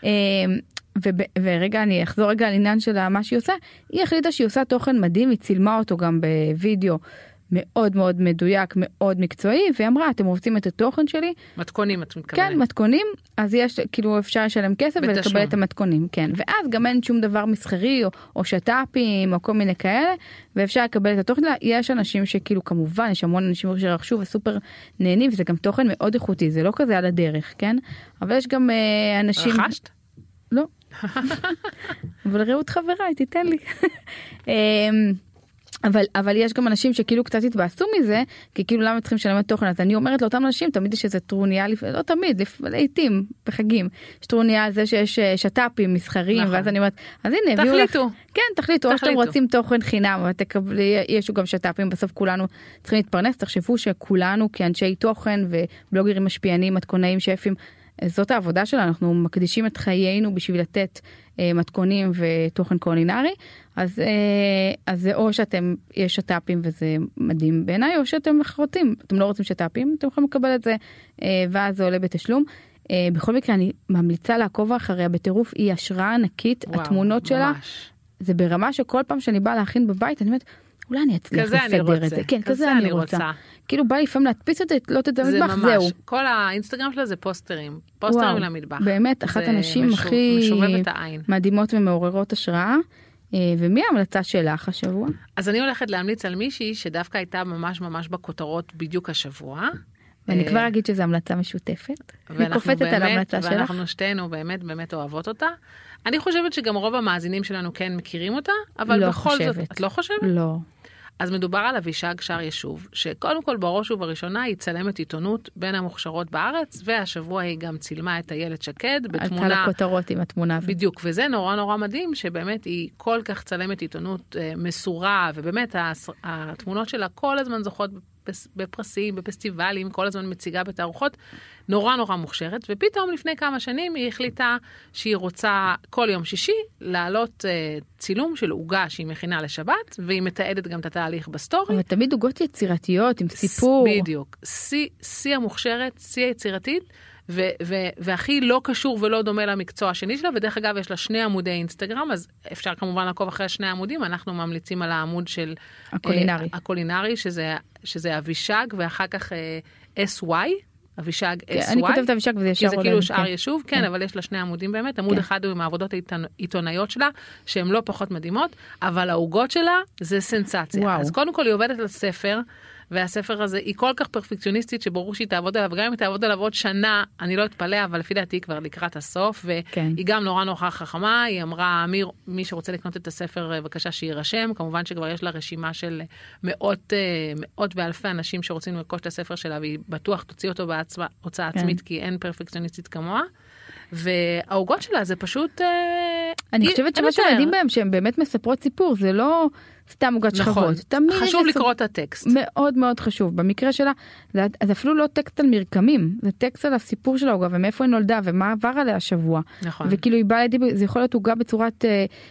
ורגע, אני אחזור רגע על עניין של מה שהיא עושה. היא החליטה שהיא עושה תוכן מדהים, היא צילמה אותו גם בווידאו, מאוד מאוד מדויק, מאוד מקצועי, והיא אמרה, אתם רוצים את התוכן שלי? מתכונים, את מתכוונת. כן, מתכונים, אז יש, כאילו אפשר לשלם כסף ולקבל את המתכונים, כן. ואז גם אין שום דבר מסחרי, או, או שטאפים, או כל מיני כאלה, ואפשר לקבל את התוכן. יש אנשים שכאילו, כמובן, יש המון אנשים שרכשו וסופר נהנים, וזה גם תוכן מאוד איכותי, זה לא כזה על הדרך, כן? אבל יש גם אה, אנשים... רכשת? לא. אבל ראות חבריי, תיתן לי. אבל, אבל יש גם אנשים שכאילו קצת התבאסו מזה, כי כאילו למה צריכים לשלם את תוכן? אז אני אומרת לאותם אנשים, תמיד יש איזה טרוניה, לא תמיד, לעתים, בחגים, יש טרוניה על זה שיש שטאפים מסחריים, נכון. ואז אני אומרת, אז הנה, הביאו לך, כן, תחליטו, או שאתם רוצים תוכן חינם, יש גם שטאפים, בסוף כולנו צריכים להתפרנס, תחשבו שכולנו כאנשי תוכן ובלוגרים משפיענים, מתכונאים, שפים, זאת העבודה שלנו, אנחנו מקדישים את חיינו בשביל לתת אה, מתכונים ותוכן קולינרי, אז, אה, אז זה או שאתם, יש שטאפים וזה מדהים בעיניי, או שאתם מחרותים, אתם לא רוצים שטאפים, אתם יכולים לקבל את זה, אה, ואז זה עולה בתשלום. אה, בכל מקרה, אני ממליצה לעקוב אחריה בטירוף, היא השראה ענקית, וואו, התמונות ממש. שלה, זה ברמה שכל פעם שאני באה להכין בבית, אני אומרת, אולי אני אצליח לסדר את זה. כן, כזה אני רוצה. כאילו בא לפעמים להדפיס את זה, לא תדע מטבח, זהו. כל האינסטגרם שלה זה פוסטרים. פוסטרים למטבח. באמת, אחת הנשים הכי מדהימות ומעוררות השראה. ומי ההמלצה שלך השבוע? אז אני הולכת להמליץ על מישהי שדווקא הייתה ממש ממש בכותרות בדיוק השבוע. ואני כבר אגיד שזו המלצה משותפת. אני קופצת על ההמלצה שלך. ואנחנו שתינו באמת באמת אוהבות אותה. אני חושבת שגם רוב המאזינים שלנו כן מכירים אותה, אבל בכל זאת, את לא חושבת? לא. אז מדובר על אבישג שר ישוב, שקודם כל בראש ובראשונה היא צלמת עיתונות בין המוכשרות בארץ, והשבוע היא גם צילמה את איילת שקד בתמונה... עלתה לכותרות עם התמונה. בדיוק, וזה נורא נורא מדהים, שבאמת היא כל כך צלמת עיתונות אה, מסורה, ובאמת התמונות שלה כל הזמן זוכות בפרסים, בפסטיבלים, כל הזמן מציגה בתערוכות, נורא נורא מוכשרת, ופתאום לפני כמה שנים היא החליטה שהיא רוצה כל יום שישי לעלות אה, צילום של עוגה שהיא מכינה לשבת, והיא מתעדת גם את התהליך בסטורי. אבל תמיד עוגות יצירתיות עם סיפור. בדיוק. שיא המוכשרת, שיא היצירתית, ו- ו- והכי לא קשור ולא דומה למקצוע השני שלה, ודרך אגב יש לה שני עמודי אינסטגרם, אז אפשר כמובן לעקוב אחרי שני עמודים, אנחנו ממליצים על העמוד של הקולינרי, אה, הקולינרי שזה, שזה אבישג, ואחר כך אס וואי, אבישג אס וואי. אני כותבת אבישג וזה ישר עולה. כי זה כאילו שאר ישוב, כן, אבל יש לה שני עמודים באמת, עמוד אחד הוא עם העבודות העיתונאיות שלה, שהן לא פחות מדהימות, אבל העוגות שלה זה סנסציה. אז קודם כל היא עובדת על ספר, והספר הזה היא כל כך פרפקציוניסטית שברור שהיא תעבוד עליו, גם אם היא תעבוד עליו עוד שנה, אני לא אתפלא, אבל לפי דעתי כבר לקראת הסוף, והיא גם נורא נורא חכמה, היא אמרה, מי, מי שרוצה לקנות את הספר, בבקשה שירשם, כמובן שכבר יש לה רשימה של מאות, מאות ואלפי אנשים שרוצים לרכוש את הספר שלה, והיא בטוח תוציא אותו בהוצאה עצמית, כי אין פרפקציוניסטית כמוה, והעוגות שלה זה פשוט... אני חושבת שמה שמדהים בהם, שהם באמת מספרות סיפור, זה לא סתם עוגת שכבות. חשוב לקרוא את הטקסט. מאוד מאוד חשוב. במקרה שלה, זה אפילו לא טקסט על מרקמים, זה טקסט על הסיפור של העוגה, ומאיפה היא נולדה, ומה עבר עליה השבוע. נכון. וכאילו היא באה לידי, זה יכול להיות עוגה בצורת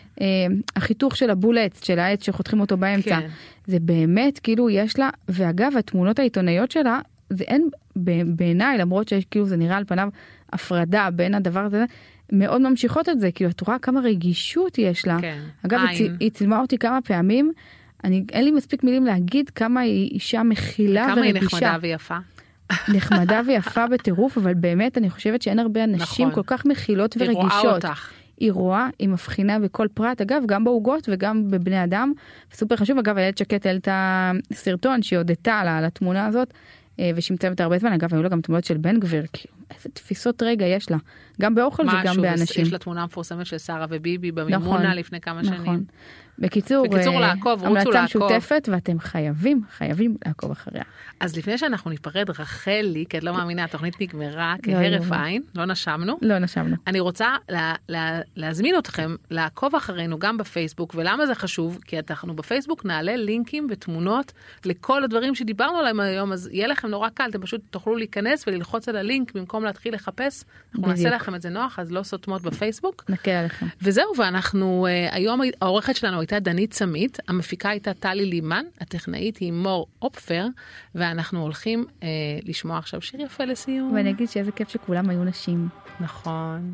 החיתוך של הבולץ, של העץ שחותכים אותו באמצע. זה באמת, כאילו יש לה, ואגב, התמונות העיתונאיות שלה, זה אין בעיניי, למרות שיש כאילו זה נראה על פניו הפרדה בין הדבר הזה, מאוד ממשיכות את זה, כאילו את רואה כמה רגישות יש לה. כן, אגב, היא, היא צילמה אותי כמה פעמים, אני, אין לי מספיק מילים להגיד כמה היא אישה מכילה ורגישה. כמה היא נחמדה ויפה. נחמדה ויפה בטירוף, אבל באמת אני חושבת שאין הרבה אנשים נכון. כל כך מכילות ורגישות. היא רואה אותך. היא רואה, היא מבחינה בכל פרט, אגב, גם בעוגות וגם בבני אדם. סופר חשוב, אגב, איילת שקד העלתה סרטון שהיא הודתה על התמונה הזאת, ושהיא מציימת הרבה זמן, אגב, היו לה גם תמונות של בן גביר, איזה תפיסות רגע יש לה, גם באוכל וגם באנשים. יש לה תמונה מפורסמת של שרה וביבי במימונה לפני כמה שנים. נכון. בקיצור, בקיצור לעקוב, רוצו לעקוב. המלצה משותפת, ואתם חייבים, חייבים לעקוב אחריה. אז לפני שאנחנו ניפרד, רחלי, כי את לא מאמינה, התוכנית נגמרה כהרף עין, לא נשמנו. לא נשמנו. אני רוצה לה, לה, להזמין אתכם לעקוב אחרינו גם בפייסבוק, ולמה זה חשוב? כי אנחנו בפייסבוק נעלה לינקים ותמונות לכל הדברים שדיברנו עליהם היום, אז יהיה לכם נורא קל, אתם פשוט תוכלו להיכנס וללחוץ על הלינק במקום להתחיל לחפש. אנחנו נעשה לכם את זה נוח, אז לא סותמות בפייסבוק. נקל עליכם. וזהו, ואנחנו, היום העורכת שלנו הייתה דנית סמית, המפיקה הייתה טלי לימן, הטכנאית היא מור אופפר, ואנחנו הולכים אה, לשמוע עכשיו שיר יפה לסיום. ואני אגיד שאיזה כיף שכולם היו נשים. נכון.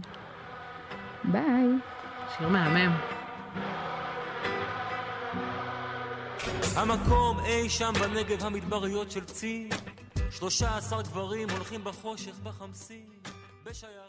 ביי. שיר מהמם. המקום אי שם בנגב המדבריות של צי, שלושה עשר גברים הולכים בחושך בחמסי בשיירה